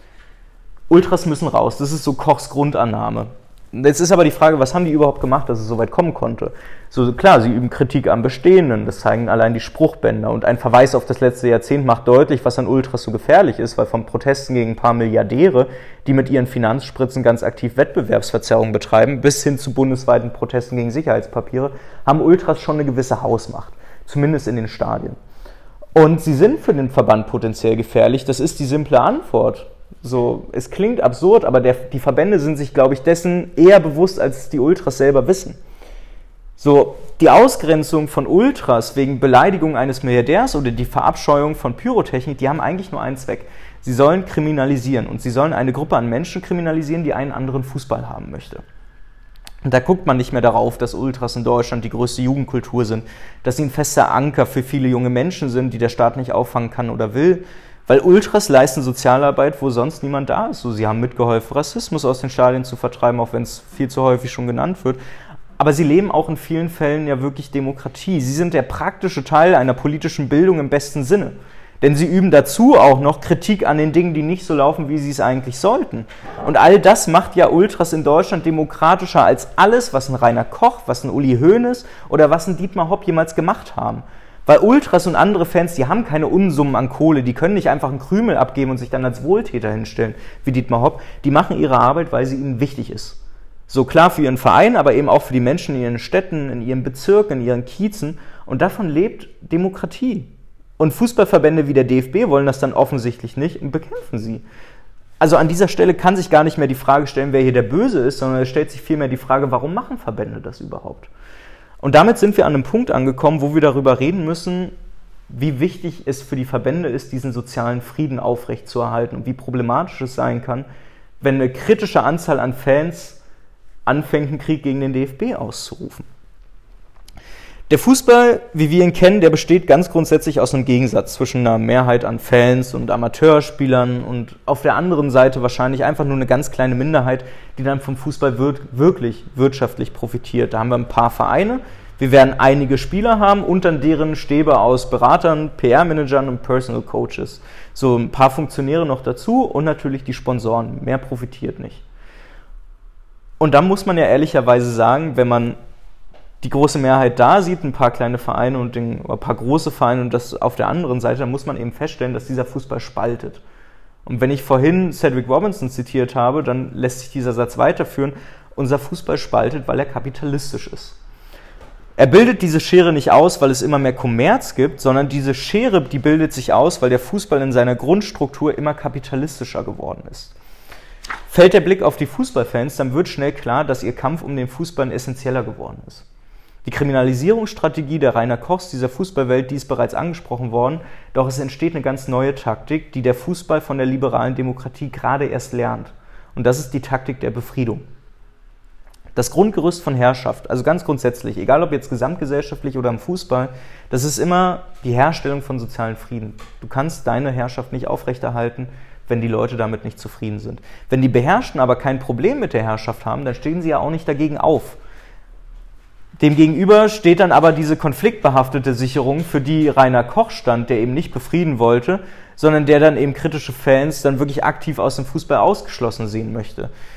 Ultras müssen raus, das ist so Kochs Grundannahme. Jetzt ist aber die Frage, was haben die überhaupt gemacht, dass es so weit kommen konnte? So klar, sie üben Kritik am Bestehenden, das zeigen allein die Spruchbänder. Und ein Verweis auf das letzte Jahrzehnt macht deutlich, was an Ultras so gefährlich ist, weil von Protesten gegen ein paar Milliardäre, die mit ihren Finanzspritzen ganz aktiv Wettbewerbsverzerrung betreiben, bis hin zu bundesweiten Protesten gegen Sicherheitspapiere, haben Ultras schon eine gewisse Hausmacht, zumindest in den Stadien. Und sie sind für den Verband potenziell gefährlich, das ist die simple Antwort. So, es klingt absurd, aber der, die Verbände sind sich, glaube ich, dessen eher bewusst, als die Ultras selber wissen. So, die Ausgrenzung von Ultras wegen Beleidigung eines Milliardärs oder die Verabscheuung von Pyrotechnik, die haben eigentlich nur einen Zweck. Sie sollen kriminalisieren und sie sollen eine Gruppe an Menschen kriminalisieren, die einen anderen Fußball haben möchte. Und da guckt man nicht mehr darauf, dass Ultras in Deutschland die größte Jugendkultur sind, dass sie ein fester Anker für viele junge Menschen sind, die der Staat nicht auffangen kann oder will. Weil Ultras leisten Sozialarbeit, wo sonst niemand da ist. So, sie haben mitgeholfen, Rassismus aus den Stadien zu vertreiben, auch wenn es viel zu häufig schon genannt wird. Aber sie leben auch in vielen Fällen ja wirklich Demokratie. Sie sind der praktische Teil einer politischen Bildung im besten Sinne. Denn sie üben dazu auch noch Kritik an den Dingen, die nicht so laufen, wie sie es eigentlich sollten. Und all das macht ja Ultras in Deutschland demokratischer als alles, was ein Rainer Koch, was ein Uli Hoeneß oder was ein Dietmar Hopp jemals gemacht haben. Weil Ultras und andere Fans, die haben keine Unsummen an Kohle, die können nicht einfach einen Krümel abgeben und sich dann als Wohltäter hinstellen, wie Dietmar Hopp. Die machen ihre Arbeit, weil sie ihnen wichtig ist. So klar für ihren Verein, aber eben auch für die Menschen in ihren Städten, in ihren Bezirken, in ihren Kiezen. Und davon lebt Demokratie. Und Fußballverbände wie der D F B wollen das dann offensichtlich nicht und bekämpfen sie. Also an dieser Stelle kann sich gar nicht mehr die Frage stellen, wer hier der Böse ist, sondern es stellt sich vielmehr die Frage, warum machen Verbände das überhaupt? Und damit sind wir an einem Punkt angekommen, wo wir darüber reden müssen, wie wichtig es für die Verbände ist, diesen sozialen Frieden aufrechtzuerhalten und wie problematisch es sein kann, wenn eine kritische Anzahl an Fans anfängt, einen Krieg gegen den D F B auszurufen. Der Fußball, wie wir ihn kennen, der besteht ganz grundsätzlich aus einem Gegensatz zwischen einer Mehrheit an Fans und Amateurspielern und auf der anderen Seite wahrscheinlich einfach nur eine ganz kleine Minderheit, die dann vom Fußball wir- wirklich wirtschaftlich profitiert. Da haben wir ein paar Vereine, wir werden einige Spieler haben und dann deren Stäbe aus Beratern, P R-Managern und Personal Coaches. So ein paar Funktionäre noch dazu und natürlich die Sponsoren. Mehr profitiert nicht. Und da muss man ja ehrlicherweise sagen, wenn man die große Mehrheit da sieht, ein paar kleine Vereine und den, ein paar große Vereine und das auf der anderen Seite, dann muss man eben feststellen, dass dieser Fußball spaltet. Und wenn ich vorhin Cedric Robinson zitiert habe, dann lässt sich dieser Satz weiterführen, unser Fußball spaltet, weil er kapitalistisch ist. Er bildet diese Schere nicht aus, weil es immer mehr Kommerz gibt, sondern diese Schere, die bildet sich aus, weil der Fußball in seiner Grundstruktur immer kapitalistischer geworden ist. Fällt der Blick auf die Fußballfans, dann wird schnell klar, dass ihr Kampf um den Fußball essentieller geworden ist. Die Kriminalisierungsstrategie der Rainer Kochs dieser Fußballwelt, die ist bereits angesprochen worden, doch es entsteht eine ganz neue Taktik, die der Fußball von der liberalen Demokratie gerade erst lernt. Und das ist die Taktik der Befriedung. Das Grundgerüst von Herrschaft, also ganz grundsätzlich, egal ob jetzt gesamtgesellschaftlich oder im Fußball, das ist immer die Herstellung von sozialen Frieden. Du kannst deine Herrschaft nicht aufrechterhalten, wenn die Leute damit nicht zufrieden sind. Wenn die Beherrschten aber kein Problem mit der Herrschaft haben, dann stehen sie ja auch nicht dagegen auf. Demgegenüber steht dann aber diese konfliktbehaftete Sicherung, für die Rainer Koch stand, der eben nicht befrieden wollte, sondern der dann eben kritische Fans dann wirklich aktiv aus dem Fußball ausgeschlossen sehen möchte.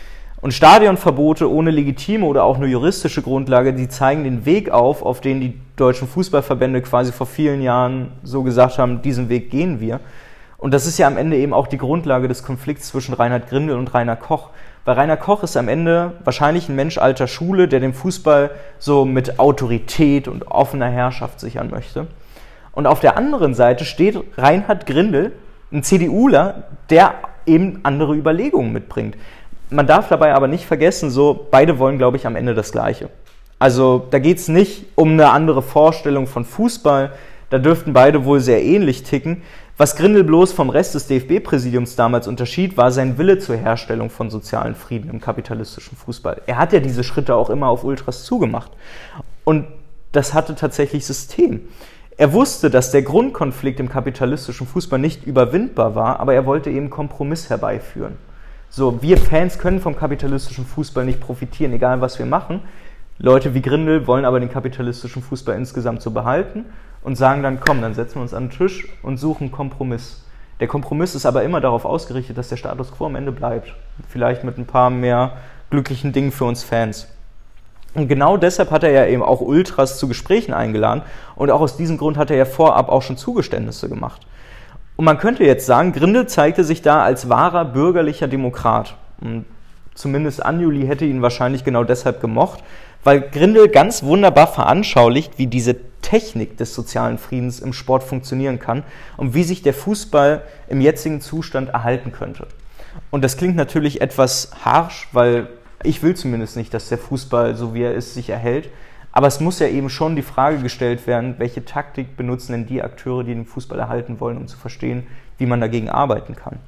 Und Stadionverbote ohne legitime oder auch nur juristische Grundlage, die zeigen den Weg auf, auf den die deutschen Fußballverbände quasi vor vielen Jahren so gesagt haben, diesen Weg gehen wir. Und das ist ja am Ende eben auch die Grundlage des Konflikts zwischen Reinhard Grindel und Rainer Koch. Weil Rainer Koch ist am Ende wahrscheinlich ein Mensch alter Schule, der den Fußball so mit Autorität und offener Herrschaft sichern möchte. Und auf der anderen Seite steht Reinhard Grindel, ein CDUler, der eben andere Überlegungen mitbringt. Man darf dabei aber nicht vergessen, so beide wollen, glaube ich, am Ende das Gleiche. Also da geht es nicht um eine andere Vorstellung von Fußball, da dürften beide wohl sehr ähnlich ticken. Was Grindel bloß vom Rest des D F B-Präsidiums damals unterschied, war sein Wille zur Herstellung von sozialen Frieden im kapitalistischen Fußball. Er hat ja diese Schritte auch immer auf Ultras zugemacht. Und das hatte tatsächlich System. Er wusste, dass der Grundkonflikt im kapitalistischen Fußball nicht überwindbar war, aber er wollte eben Kompromiss herbeiführen. So, wir Fans können vom kapitalistischen Fußball nicht profitieren, egal was wir machen. Leute wie Grindel wollen aber den kapitalistischen Fußball insgesamt so behalten und sagen dann, komm, dann setzen wir uns an den Tisch und suchen Kompromiss. Der Kompromiss ist aber immer darauf ausgerichtet, dass der Status quo am Ende bleibt. Vielleicht mit ein paar mehr glücklichen Dingen für uns Fans. Und genau deshalb hat er ja eben auch Ultras zu Gesprächen eingeladen und auch aus diesem Grund hat er ja vorab auch schon Zugeständnisse gemacht. Und man könnte jetzt sagen, Grindel zeigte sich da als wahrer bürgerlicher Demokrat. Und zumindest Anjuli hätte ihn wahrscheinlich genau deshalb gemocht, weil Grindel ganz wunderbar veranschaulicht, wie diese Technik des sozialen Friedens im Sport funktionieren kann und wie sich der Fußball im jetzigen Zustand erhalten könnte. Und das klingt natürlich etwas harsch, weil ich will zumindest nicht, dass der Fußball, so wie er ist, sich erhält. Aber es muss ja eben schon die Frage gestellt werden, welche Taktik benutzen denn die Akteure, die den Fußball erhalten wollen, um zu verstehen, wie man dagegen arbeiten kann.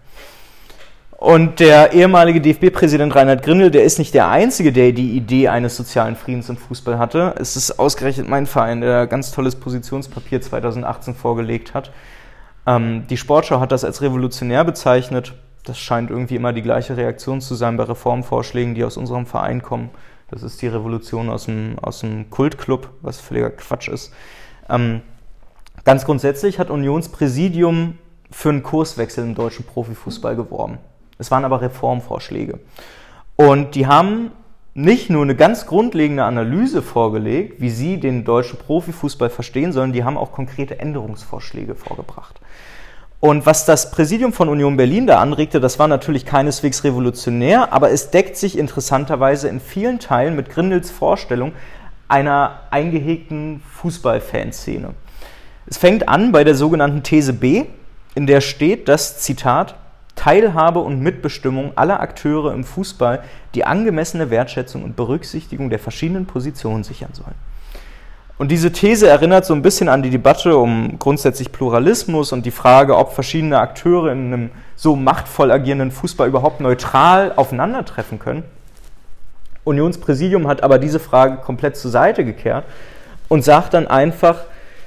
Und der ehemalige D F B-Präsident Reinhard Grindel, der ist nicht der Einzige, der die Idee eines sozialen Friedens im Fußball hatte. Es ist ausgerechnet mein Verein, der ein ganz tolles Positionspapier zweitausendachtzehn vorgelegt hat. Ähm, die Sportschau hat das als revolutionär bezeichnet. Das scheint irgendwie immer die gleiche Reaktion zu sein bei Reformvorschlägen, die aus unserem Verein kommen. Das ist die Revolution aus dem, aus dem Kultclub, was völliger Quatsch ist. Ähm, ganz grundsätzlich hat Unionspräsidium für einen Kurswechsel im deutschen Profifußball geworben. Es waren aber Reformvorschläge. Und die haben nicht nur eine ganz grundlegende Analyse vorgelegt, wie sie den deutschen Profifußball verstehen sollen, die haben auch konkrete Änderungsvorschläge vorgebracht. Und was das Präsidium von Union Berlin da anregte, das war natürlich keineswegs revolutionär, aber es deckt sich interessanterweise in vielen Teilen mit Grindels Vorstellung einer eingehegten Fußballfanszene. Es fängt an bei der sogenannten These B, in der steht, dass, Zitat, Teilhabe und Mitbestimmung aller Akteure im Fußball die angemessene Wertschätzung und Berücksichtigung der verschiedenen Positionen sichern sollen. Und diese These erinnert so ein bisschen an die Debatte um grundsätzlich Pluralismus und die Frage, ob verschiedene Akteure in einem so machtvoll agierenden Fußball überhaupt neutral aufeinandertreffen können. Unionspräsidium hat aber diese Frage komplett zur Seite gekehrt und sagt dann einfach,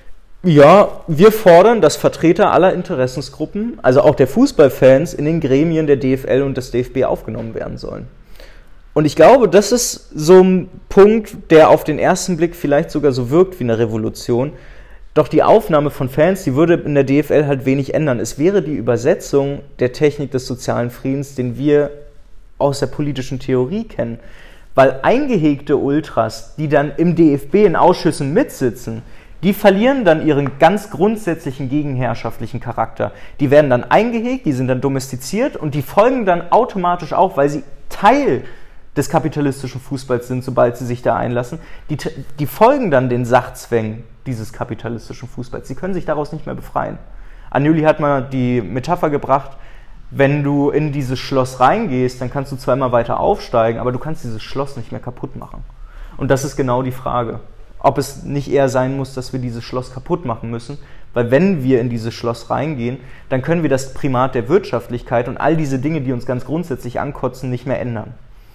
ja, wir fordern, dass Vertreter aller Interessensgruppen, also auch der Fußballfans, in den Gremien der D F L und des D F B aufgenommen werden sollen. Und ich glaube, das ist so ein Punkt, der auf den ersten Blick vielleicht sogar so wirkt wie eine Revolution. Doch die Aufnahme von Fans, die würde in der D F L halt wenig ändern. Es wäre die Übersetzung der Technik des sozialen Friedens, den wir aus der politischen Theorie kennen. Weil eingehegte Ultras, die dann im D F B in Ausschüssen mitsitzen, die verlieren dann ihren ganz grundsätzlichen gegenherrschaftlichen Charakter. Die werden dann eingehegt, die sind dann domestiziert und die folgen dann automatisch auch, weil sie Teil des kapitalistischen Fußballs sind, sobald sie sich da einlassen. Die, die folgen dann den Sachzwängen dieses kapitalistischen Fußballs. Sie können sich daraus nicht mehr befreien. Anjuli hat mal die Metapher gebracht, wenn du in dieses Schloss reingehst, dann kannst du zwar immer weiter aufsteigen, aber du kannst dieses Schloss nicht mehr kaputt machen. Und das ist genau die Frage. Ob es nicht eher sein muss, dass wir dieses Schloss kaputt machen müssen, weil wenn wir in dieses Schloss reingehen, dann können wir das Primat der Wirtschaftlichkeit und all diese Dinge, die uns ganz grundsätzlich ankotzen, nicht mehr ändern.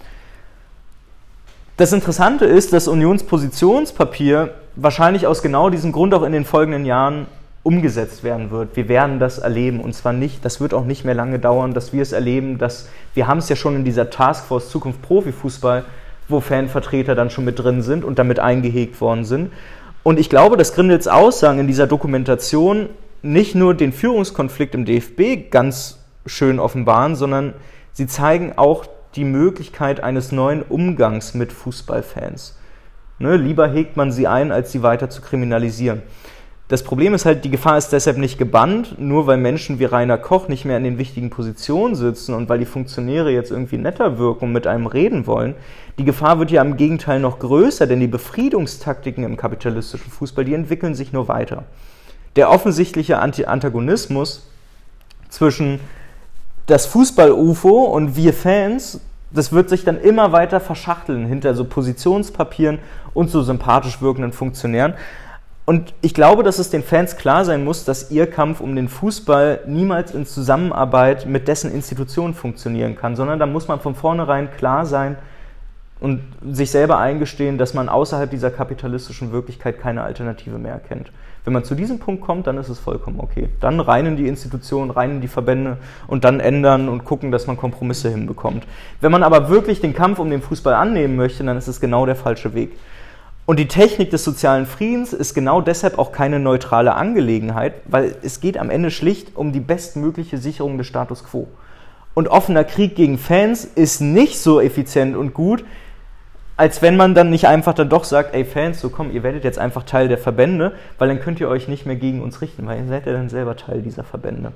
Das Interessante ist, dass Unionspositionspapier wahrscheinlich aus genau diesem Grund auch in den folgenden Jahren umgesetzt werden wird. Wir werden das erleben und zwar nicht, das wird auch nicht mehr lange dauern, dass wir es erleben, dass wir haben es ja schon in dieser Taskforce Zukunft Profifußball, wo Fanvertreter dann schon mit drin sind und damit eingehegt worden sind. Und ich glaube, dass Grindels Aussagen in dieser Dokumentation nicht nur den Führungskonflikt im D F B ganz schön offenbaren, sondern sie zeigen auch die Möglichkeit eines neuen Umgangs mit Fußballfans. Ne, lieber hegt man sie ein, als sie weiter zu kriminalisieren. Das Problem ist halt, die Gefahr ist deshalb nicht gebannt, nur weil Menschen wie Rainer Koch nicht mehr in den wichtigen Positionen sitzen und weil die Funktionäre jetzt irgendwie netter wirken und mit einem reden wollen. Die Gefahr wird ja im Gegenteil noch größer, denn die Befriedungstaktiken im kapitalistischen Fußball, die entwickeln sich nur weiter. Der offensichtliche Antagonismus zwischen das Fußball-U F O und wir Fans, das wird sich dann immer weiter verschachteln hinter so Positionspapieren und so sympathisch wirkenden Funktionären. Und ich glaube, dass es den Fans klar sein muss, dass ihr Kampf um den Fußball niemals in Zusammenarbeit mit dessen Institutionen funktionieren kann, sondern da muss man von vornherein klar sein und sich selber eingestehen, dass man außerhalb dieser kapitalistischen Wirklichkeit keine Alternative mehr erkennt. Wenn man zu diesem Punkt kommt, dann ist es vollkommen okay. Dann rein in die Institutionen, rein in die Verbände und dann ändern und gucken, dass man Kompromisse hinbekommt. Wenn man aber wirklich den Kampf um den Fußball annehmen möchte, dann ist es genau der falsche Weg. Und die Technik des sozialen Friedens ist genau deshalb auch keine neutrale Angelegenheit, weil es geht am Ende schlicht um die bestmögliche Sicherung des Status quo. Und offener Krieg gegen Fans ist nicht so effizient und gut, als wenn man dann nicht einfach dann doch sagt, ey Fans, so komm, ihr werdet jetzt einfach Teil der Verbände, weil dann könnt ihr euch nicht mehr gegen uns richten, weil ihr seid ja dann selber Teil dieser Verbände.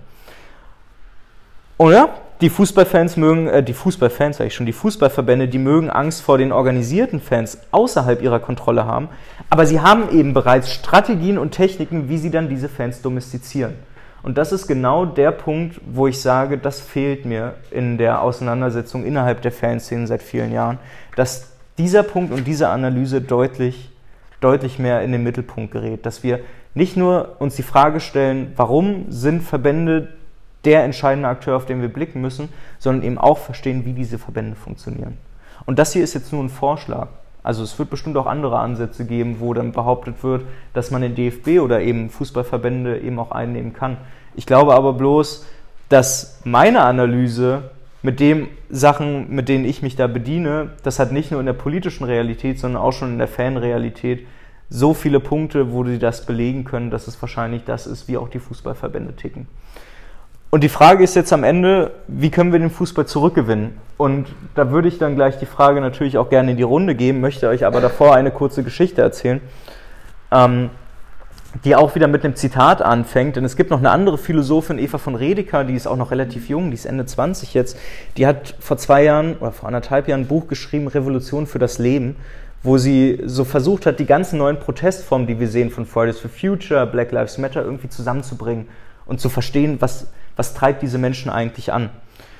Und ja, die Fußballfans mögen, äh, die Fußballfans sag ich schon, die Fußballverbände, die mögen Angst vor den organisierten Fans außerhalb ihrer Kontrolle haben, aber sie haben eben bereits Strategien und Techniken, wie sie dann diese Fans domestizieren. Und das ist genau der Punkt, wo ich sage, das fehlt mir in der Auseinandersetzung innerhalb der Fanszenen seit vielen Jahren, dass dieser Punkt und diese Analyse deutlich, deutlich mehr in den Mittelpunkt gerät, dass wir nicht nur uns die Frage stellen, warum sind Verbände der entscheidende Akteur, auf den wir blicken müssen, sondern eben auch verstehen, wie diese Verbände funktionieren. Und das hier ist jetzt nur ein Vorschlag. Also es wird bestimmt auch andere Ansätze geben, wo dann behauptet wird, dass man den D F B oder eben Fußballverbände eben auch einnehmen kann. Ich glaube aber bloß, dass meine Analyse mit den Sachen, mit denen ich mich da bediene, das hat nicht nur in der politischen Realität, sondern auch schon in der Fanrealität so viele Punkte, wo sie das belegen können, dass es wahrscheinlich das ist, wie auch die Fußballverbände ticken. Und die Frage ist jetzt am Ende, wie können wir den Fußball zurückgewinnen? Und da würde ich dann gleich die Frage natürlich auch gerne in die Runde geben, möchte euch aber davor eine kurze Geschichte erzählen, ähm, die auch wieder mit einem Zitat anfängt. Denn es gibt noch eine andere Philosophin, Eva von Redeker, die ist auch noch relativ jung, die ist Ende zwanzig jetzt. Die hat vor zwei Jahren oder vor anderthalb Jahren ein Buch geschrieben, Revolution für das Leben, wo sie so versucht hat, die ganzen neuen Protestformen, die wir sehen von Fridays for Future, Black Lives Matter, irgendwie zusammenzubringen und zu verstehen, was Was treibt diese Menschen eigentlich an?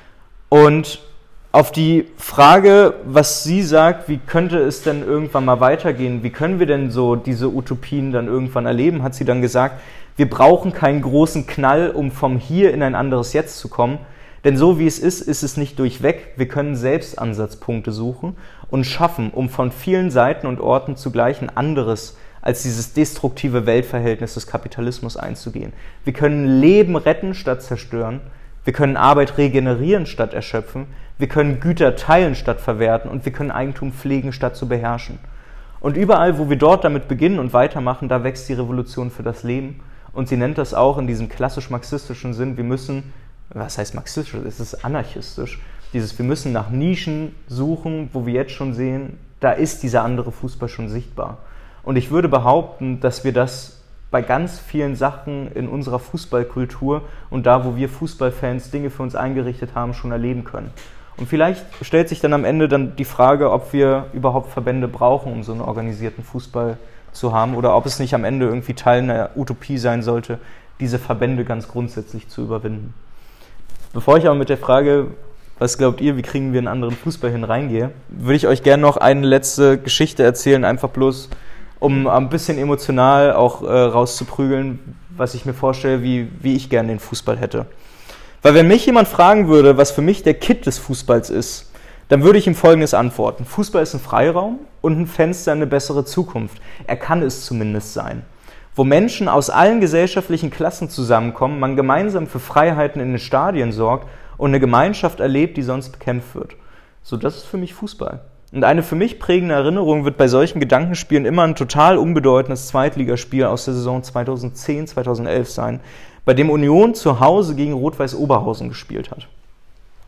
Und auf die Frage, was sie sagt, wie könnte es denn irgendwann mal weitergehen, wie können wir denn so diese Utopien dann irgendwann erleben, hat sie dann gesagt, wir brauchen keinen großen Knall, um vom Hier in ein anderes Jetzt zu kommen, denn so wie es ist, ist es nicht durchweg. Wir können selbst Ansatzpunkte suchen und schaffen, um von vielen Seiten und Orten zugleich ein anderes als dieses destruktive Weltverhältnis des Kapitalismus einzugehen. Wir können Leben retten statt zerstören, wir können Arbeit regenerieren statt erschöpfen, wir können Güter teilen statt verwerten und wir können Eigentum pflegen statt zu beherrschen. Und überall, wo wir dort damit beginnen und weitermachen, da wächst die Revolution für das Leben. Und sie nennt das auch in diesem klassisch-marxistischen Sinn, wir müssen, was heißt marxistisch, es ist anarchistisch, dieses, wir müssen nach Nischen suchen, wo wir jetzt schon sehen, da ist dieser andere Fußball schon sichtbar. Und ich würde behaupten, dass wir das bei ganz vielen Sachen in unserer Fußballkultur und da, wo wir Fußballfans Dinge für uns eingerichtet haben, schon erleben können. Und vielleicht stellt sich dann am Ende dann die Frage, ob wir überhaupt Verbände brauchen, um so einen organisierten Fußball zu haben, oder ob es nicht am Ende irgendwie Teil einer Utopie sein sollte, diese Verbände ganz grundsätzlich zu überwinden. Bevor ich aber mit der Frage, was glaubt ihr, wie kriegen wir einen anderen Fußball hin, reingehe, würde ich euch gerne noch eine letzte Geschichte erzählen, einfach bloß um ein bisschen emotional auch äh, rauszuprügeln, was ich mir vorstelle, wie, wie ich gerne den Fußball hätte. Weil wenn mich jemand fragen würde, was für mich der Kit des Fußballs ist, dann würde ich ihm Folgendes antworten. Fußball ist ein Freiraum und ein Fenster in eine bessere Zukunft. Er kann es zumindest sein. Wo Menschen aus allen gesellschaftlichen Klassen zusammenkommen, man gemeinsam für Freiheiten in den Stadien sorgt und eine Gemeinschaft erlebt, die sonst bekämpft wird. So, das ist für mich Fußball. Und eine für mich prägende Erinnerung wird bei solchen Gedankenspielen immer ein total unbedeutendes Zweitligaspiel aus der Saison zweitausendzehn zweitausendelf sein, bei dem Union zu Hause gegen Rot-Weiß Oberhausen gespielt hat.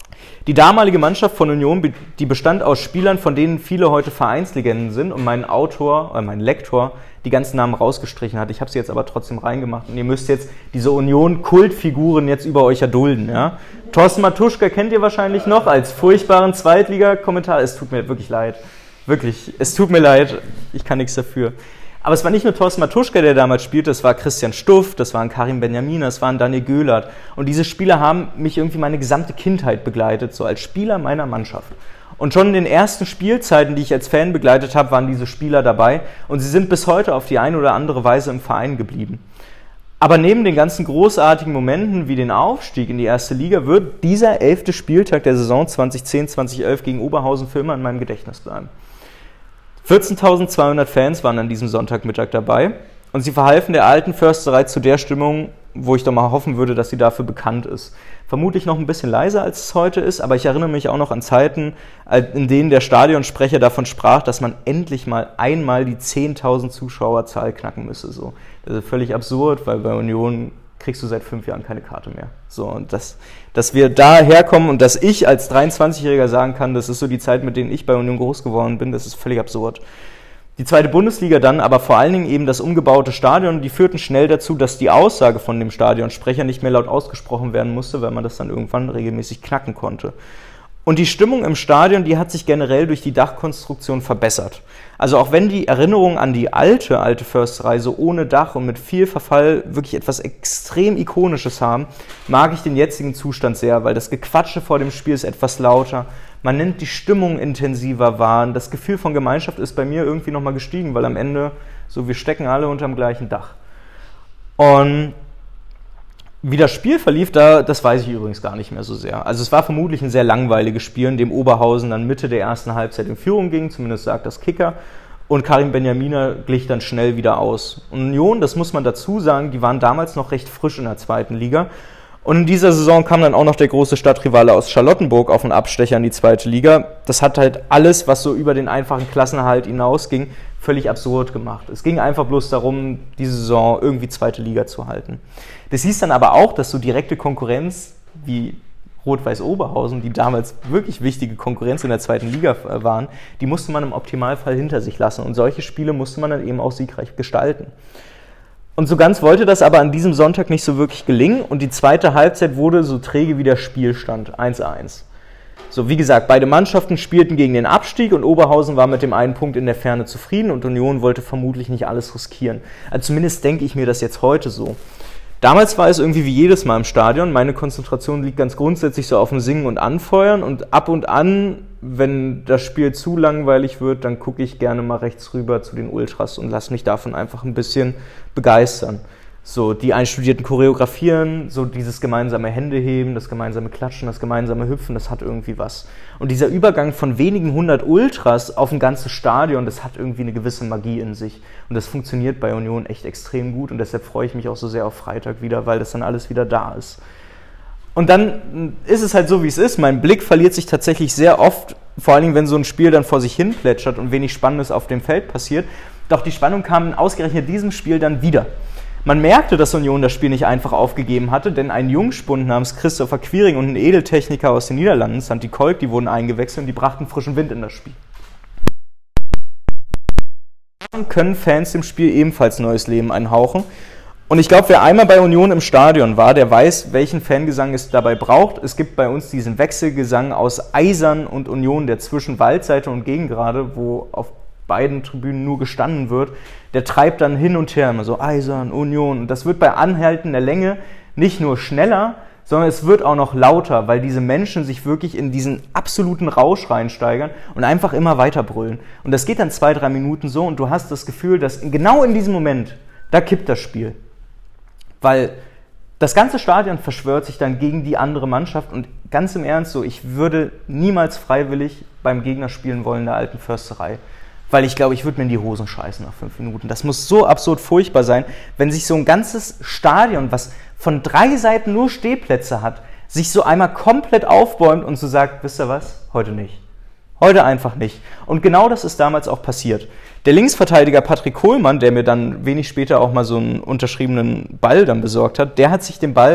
Die damalige Mannschaft von Union, die bestand aus Spielern, von denen viele heute Vereinslegenden sind und mein Autor, oder mein Lektor, die ganzen Namen rausgestrichen hat. Ich habe sie jetzt aber trotzdem reingemacht und ihr müsst jetzt diese Union-Kultfiguren jetzt über euch erdulden. Ja? Thorsten Matuschka kennt ihr wahrscheinlich noch als furchtbaren Zweitliga-Kommentar. Es tut mir wirklich leid. Wirklich, es tut mir leid. Ich kann nichts dafür. Aber es war nicht nur Thorsten Matuschka, der damals spielte, es war Christian Stuff, das waren Karim Benjamina, es waren Daniel Göhlert. Und diese Spieler haben mich irgendwie meine gesamte Kindheit begleitet, so als Spieler meiner Mannschaft. Und schon in den ersten Spielzeiten, die ich als Fan begleitet habe, waren diese Spieler dabei. Und sie sind bis heute auf die eine oder andere Weise im Verein geblieben. Aber neben den ganzen großartigen Momenten wie den Aufstieg in die erste Liga wird dieser elfte Spieltag der Saison zwanzig zehn zwanzig elf gegen Oberhausen für immer in meinem Gedächtnis bleiben. vierzehntausendzweihundert Fans waren an diesem Sonntagmittag dabei und sie verhalfen der alten Försterei zu der Stimmung, wo ich doch mal hoffen würde, dass sie dafür bekannt ist. Vermutlich noch ein bisschen leiser, als es heute ist, aber ich erinnere mich auch noch an Zeiten, in denen der Stadionsprecher davon sprach, dass man endlich mal einmal die zehntausend Zuschauerzahl knacken müsse. So. Das ist völlig absurd, weil bei Union kriegst du seit fünf Jahren keine Karte mehr. So, und das, dass wir da herkommen und dass ich als dreiundzwanzigjähriger sagen kann, das ist so die Zeit, mit denen ich bei Union groß geworden bin, das ist völlig absurd. Die zweite Bundesliga dann, aber vor allen Dingen eben das umgebaute Stadion, die führten schnell dazu, dass die Aussage von dem Stadionsprecher nicht mehr laut ausgesprochen werden musste, weil man das dann irgendwann regelmäßig knacken konnte. Und die Stimmung im Stadion, die hat sich generell durch die Dachkonstruktion verbessert. Also auch wenn die Erinnerungen an die alte, alte Försterei so ohne Dach und mit viel Verfall wirklich etwas extrem Ikonisches haben, mag ich den jetzigen Zustand sehr, weil das Gequatsche vor dem Spiel ist etwas lauter, man nimmt die Stimmung intensiver wahr, das Gefühl von Gemeinschaft ist bei mir irgendwie nochmal gestiegen, weil am Ende so, wir stecken alle unterm gleichen Dach. Und wie das Spiel verlief, da, das weiß ich übrigens gar nicht mehr so sehr. Also es war vermutlich ein sehr langweiliges Spiel, in dem Oberhausen dann Mitte der ersten Halbzeit in Führung ging, zumindest sagt das Kicker, und Karim Benjamina glich dann schnell wieder aus. Und Union, das muss man dazu sagen, die waren damals noch recht frisch in der zweiten Liga. Und in dieser Saison kam dann auch noch der große Stadtrivale aus Charlottenburg auf einen Abstecher in die zweite Liga. Das hat halt alles, was so über den einfachen Klassenerhalt hinausging, völlig absurd gemacht. Es ging einfach bloß darum, diese Saison irgendwie zweite Liga zu halten. Das hieß dann aber auch, dass so direkte Konkurrenz wie Rot-Weiß Oberhausen, die damals wirklich wichtige Konkurrenz in der zweiten Liga waren, die musste man im Optimalfall hinter sich lassen. Und solche Spiele musste man dann eben auch siegreich gestalten. Und so ganz wollte das aber an diesem Sonntag nicht so wirklich gelingen und die zweite Halbzeit wurde so träge wie der Spielstand, eins zu eins. So, wie gesagt, beide Mannschaften spielten gegen den Abstieg und Oberhausen war mit dem einen Punkt in der Ferne zufrieden und Union wollte vermutlich nicht alles riskieren. Also zumindest denke ich mir das jetzt heute so. Damals war es irgendwie wie jedes Mal im Stadion, meine Konzentration liegt ganz grundsätzlich so auf dem Singen und Anfeuern und ab und an, wenn das Spiel zu langweilig wird, dann gucke ich gerne mal rechts rüber zu den Ultras und lasse mich davon einfach ein bisschen begeistern. So, die Einstudierten choreografieren, so dieses gemeinsame Händeheben, das gemeinsame Klatschen, das gemeinsame Hüpfen, das hat irgendwie was. Und dieser Übergang von wenigen hundert Ultras auf ein ganzes Stadion, das hat irgendwie eine gewisse Magie in sich. Und das funktioniert bei Union echt extrem gut und deshalb freue ich mich auch so sehr auf Freitag wieder, weil das dann alles wieder da ist. Und dann ist es halt so, wie es ist. Mein Blick verliert sich tatsächlich sehr oft, vor allen Dingen, wenn so ein Spiel dann vor sich hin plätschert und wenig Spannendes auf dem Feld passiert. Doch die Spannung kam ausgerechnet in diesem Spiel dann wieder. Man merkte, dass Union das Spiel nicht einfach aufgegeben hatte, denn ein Jungspund namens Christopher Quiring und ein Edeltechniker aus den Niederlanden, Santi Kolk, die wurden eingewechselt und die brachten frischen Wind in das Spiel. Können Fans dem Spiel ebenfalls neues Leben einhauchen. Und ich glaube, wer einmal bei Union im Stadion war, der weiß, welchen Fangesang es dabei braucht. Es gibt bei uns diesen Wechselgesang aus Eisern und Union, der zwischen Waldseite und Gegengrade, wo auf beiden Tribünen nur gestanden wird, der treibt dann hin und her, immer so Eisern, Union. Und das wird bei anhaltender Länge nicht nur schneller, sondern es wird auch noch lauter, weil diese Menschen sich wirklich in diesen absoluten Rausch reinsteigern und einfach immer weiter brüllen. Und das geht dann zwei, drei Minuten so und du hast das Gefühl, dass genau in diesem Moment, da kippt das Spiel. Weil das ganze Stadion verschwört sich dann gegen die andere Mannschaft und ganz im Ernst so, ich würde niemals freiwillig beim Gegner spielen wollen der alten Försterei. Weil ich glaube, ich würde mir in die Hosen scheißen nach fünf Minuten. Das muss so absurd furchtbar sein, wenn sich so ein ganzes Stadion, was von drei Seiten nur Stehplätze hat, sich so einmal komplett aufbäumt und so sagt, wisst ihr was, heute nicht. Heute einfach nicht. Und genau das ist damals auch passiert. Der Linksverteidiger Patrick Kohlmann, der mir dann wenig später auch mal so einen unterschriebenen Ball dann besorgt hat, der hat sich den Ball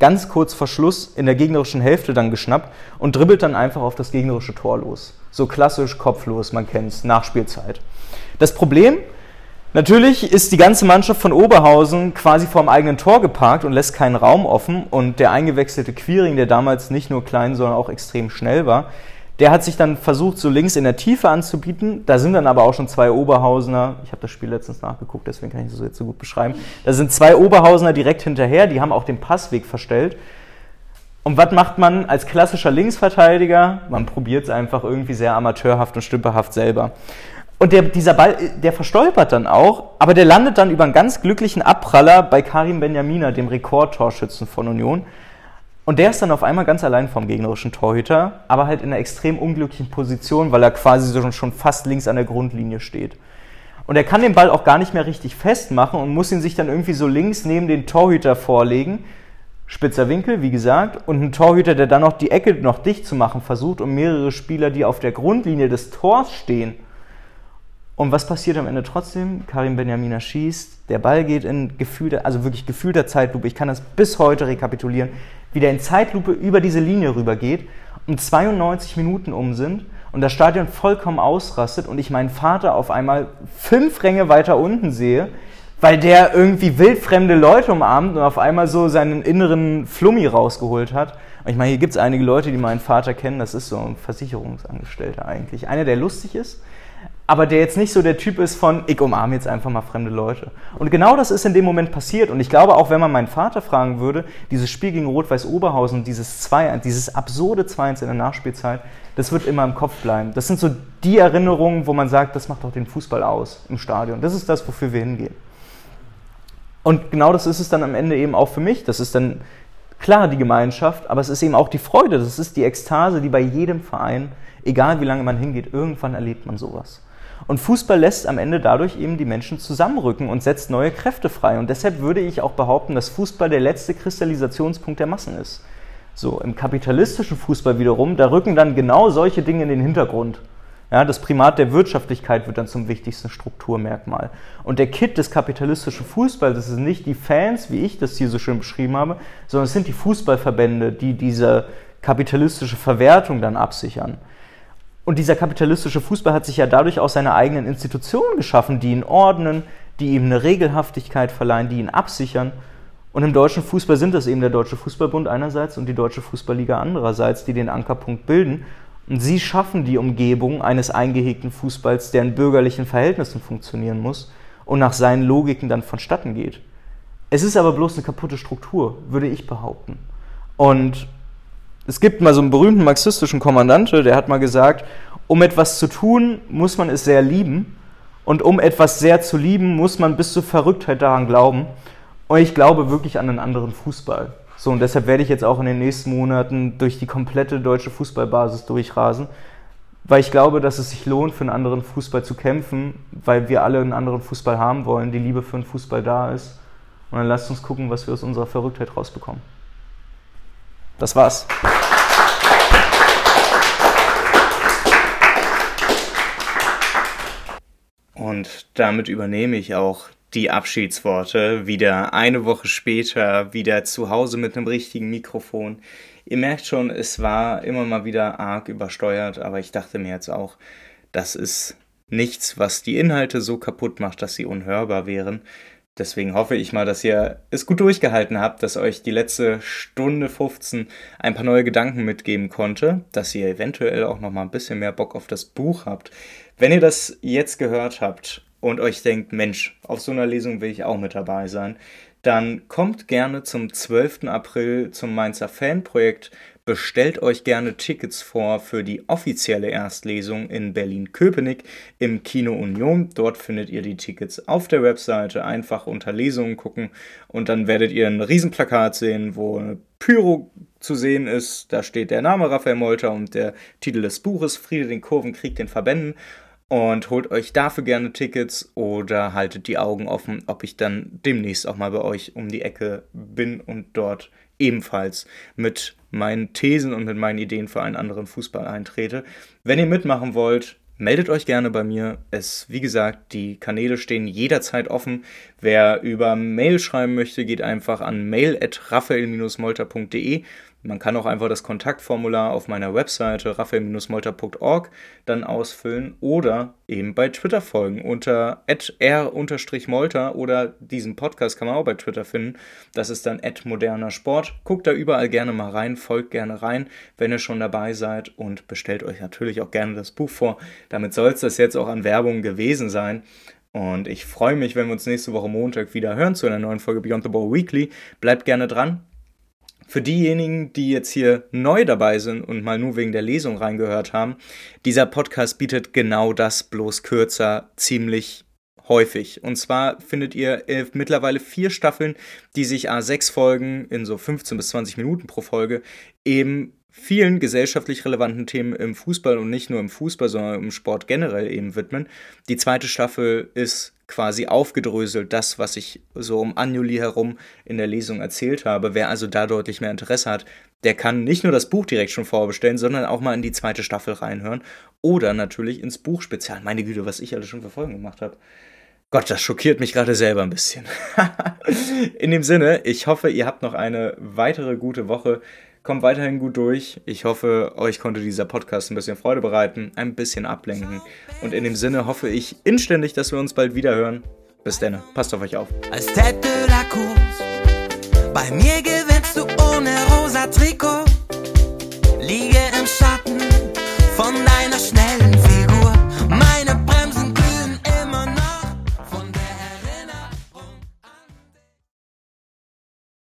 ganz kurz vor Schluss in der gegnerischen Hälfte dann geschnappt und dribbelt dann einfach auf das gegnerische Tor los. So klassisch kopflos, man kennt's, Nachspielzeit. Das Problem, natürlich ist die ganze Mannschaft von Oberhausen quasi vorm eigenen Tor geparkt und lässt keinen Raum offen und der eingewechselte Quiring, der damals nicht nur klein, sondern auch extrem schnell war, der hat sich dann versucht, so links in der Tiefe anzubieten. Da sind dann aber auch schon zwei Oberhausener, ich habe das Spiel letztens nachgeguckt, deswegen kann ich das jetzt so gut beschreiben, da sind zwei Oberhausener direkt hinterher, die haben auch den Passweg verstellt. Und was macht man als klassischer Linksverteidiger? Man probiert es einfach irgendwie sehr amateurhaft und stümperhaft selber. Und der, dieser Ball, der verstolpert dann auch, aber der landet dann über einen ganz glücklichen Abpraller bei Karim Benjamina, dem Rekordtorschützen von Union. Und der ist dann auf einmal ganz allein vom gegnerischen Torhüter, aber halt in einer extrem unglücklichen Position, weil er quasi so schon fast links an der Grundlinie steht. Und er kann den Ball auch gar nicht mehr richtig festmachen und muss ihn sich dann irgendwie so links neben den Torhüter vorlegen. Spitzer Winkel, wie gesagt, und ein Torhüter, der dann noch die Ecke noch dicht zu machen versucht und mehrere Spieler, die auf der Grundlinie des Tors stehen. Und was passiert am Ende trotzdem? Karim Benjamina schießt, der Ball geht in gefühlter, also wirklich gefühlter Zeitlupe, ich kann das bis heute rekapitulieren, wie der in Zeitlupe über diese Linie rüber geht und zweiundneunzig Minuten um sind und das Stadion vollkommen ausrastet und ich meinen Vater auf einmal fünf Ränge weiter unten sehe, weil der irgendwie wildfremde Leute umarmt und auf einmal so seinen inneren Flummi rausgeholt hat. Und ich meine, hier gibt es einige Leute, die meinen Vater kennen, das ist so ein Versicherungsangestellter eigentlich. Einer, der lustig ist, aber der jetzt nicht so der Typ ist von, ich umarme jetzt einfach mal fremde Leute. Und genau das ist in dem Moment passiert. Und ich glaube, auch wenn man meinen Vater fragen würde, dieses Spiel gegen Rot-Weiß Oberhausen, dieses zwei eins, dieses absurde zwei eins in der Nachspielzeit, das wird immer im Kopf bleiben. Das sind so die Erinnerungen, wo man sagt, das macht doch den Fußball aus im Stadion. Das ist das, wofür wir hingehen. Und genau das ist es dann am Ende eben auch für mich. Das ist dann klar die Gemeinschaft, aber es ist eben auch die Freude. Das ist die Ekstase, die bei jedem Verein, egal wie lange man hingeht, irgendwann erlebt man sowas. Und Fußball lässt am Ende dadurch eben die Menschen zusammenrücken und setzt neue Kräfte frei. Und deshalb würde ich auch behaupten, dass Fußball der letzte Kristallisationspunkt der Massen ist. So, im kapitalistischen Fußball wiederum, da rücken dann genau solche Dinge in den Hintergrund. Ja, das Primat der Wirtschaftlichkeit wird dann zum wichtigsten Strukturmerkmal. Und der Kit des kapitalistischen Fußballs, das sind nicht die Fans, wie ich das hier so schön beschrieben habe, sondern es sind die Fußballverbände, die diese kapitalistische Verwertung dann absichern. Und dieser kapitalistische Fußball hat sich ja dadurch auch seine eigenen Institutionen geschaffen, die ihn ordnen, die ihm eine Regelhaftigkeit verleihen, die ihn absichern. Und im deutschen Fußball sind das eben der Deutsche Fußballbund einerseits und die Deutsche Fußballliga andererseits, die den Ankerpunkt bilden. Und sie schaffen die Umgebung eines eingehegten Fußballs, der in bürgerlichen Verhältnissen funktionieren muss und nach seinen Logiken dann vonstatten geht. Es ist aber bloß eine kaputte Struktur, würde ich behaupten. Und es gibt mal so einen berühmten marxistischen Kommandante, der hat mal gesagt, um etwas zu tun, muss man es sehr lieben und um etwas sehr zu lieben, muss man bis zur Verrücktheit daran glauben. Und ich glaube wirklich an einen anderen Fußball. So, und deshalb werde ich jetzt auch in den nächsten Monaten durch die komplette deutsche Fußballbasis durchrasen, weil ich glaube, dass es sich lohnt, für einen anderen Fußball zu kämpfen, weil wir alle einen anderen Fußball haben wollen, die Liebe für den Fußball da ist. Und dann lasst uns gucken, was wir aus unserer Verrücktheit rausbekommen. Das war's. Und damit übernehme ich auch die Abschiedsworte. Wieder eine Woche später, wieder zu Hause mit einem richtigen Mikrofon. Ihr merkt schon, es war immer mal wieder arg übersteuert, aber ich dachte mir jetzt auch, das ist nichts, was die Inhalte so kaputt macht, dass sie unhörbar wären. Deswegen hoffe ich mal, dass ihr es gut durchgehalten habt, dass euch die letzte Stunde fünfzehn ein paar neue Gedanken mitgeben konnte, dass ihr eventuell auch noch mal ein bisschen mehr Bock auf das Buch habt. Wenn ihr das jetzt gehört habt und euch denkt, Mensch, auf so einer Lesung will ich auch mit dabei sein, dann kommt gerne zum zwölften April zum Mainzer Fanprojekt. Bestellt euch gerne Tickets vor für die offizielle Erstlesung in Berlin-Köpenick im Kino Union. Dort findet ihr die Tickets auf der Webseite. Einfach unter Lesungen gucken und dann werdet ihr ein Riesenplakat sehen, wo eine Pyro zu sehen ist. Da steht der Name Raphael Molter und der Titel des Buches Friede den Kurven, Krieg den Verbänden. Und holt euch dafür gerne Tickets oder haltet die Augen offen, ob ich dann demnächst auch mal bei euch um die Ecke bin und dort ebenfalls mit meinen Thesen und mit meinen Ideen für einen anderen Fußball eintrete. Wenn ihr mitmachen wollt, meldet euch gerne bei mir. Es, wie gesagt, die Kanäle stehen jederzeit offen. Wer über Mail schreiben möchte, geht einfach an mail at raphael molter punkt de. Man kann auch einfach das Kontaktformular auf meiner Webseite raphael molter punkt org dann ausfüllen oder eben bei Twitter folgen unter at r molter oder diesen Podcast kann man auch bei Twitter finden. Das ist dann at moderner Sport. Guckt da überall gerne mal rein, folgt gerne rein, wenn ihr schon dabei seid und bestellt euch natürlich auch gerne das Buch vor. Damit soll es das jetzt auch an Werbung gewesen sein. Und ich freue mich, wenn wir uns nächste Woche Montag wieder hören zu einer neuen Folge Beyond the Ball Weekly. Bleibt gerne dran. Für diejenigen, die jetzt hier neu dabei sind und mal nur wegen der Lesung reingehört haben, dieser Podcast bietet genau das, bloß kürzer, ziemlich häufig. Und zwar findet ihr äh, mittlerweile vier Staffeln, die sich à sechs Folgen in so fünfzehn bis zwanzig Minuten pro Folge eben vielen gesellschaftlich relevanten Themen im Fußball und nicht nur im Fußball, sondern im Sport generell eben widmen. Die zweite Staffel ist quasi aufgedröselt, das, was ich so um Anjuli herum in der Lesung erzählt habe. Wer also da deutlich mehr Interesse hat, der kann nicht nur das Buch direkt schon vorbestellen, sondern auch mal in die zweite Staffel reinhören oder natürlich ins Buchspezial. Meine Güte, was ich alles schon für Folgen gemacht habe. Gott, das schockiert mich gerade selber ein bisschen. In dem Sinne, ich hoffe, ihr habt noch eine weitere gute Woche. Kommt weiterhin gut durch. Ich hoffe, euch konnte dieser Podcast ein bisschen Freude bereiten, ein bisschen ablenken. Und in dem Sinne hoffe ich inständig, dass wir uns bald wieder hören. Bis dann, passt auf euch auf. Als Tête de la Course, bei mir gewinnst du ohne rosa Trikot. Liege im Schatten.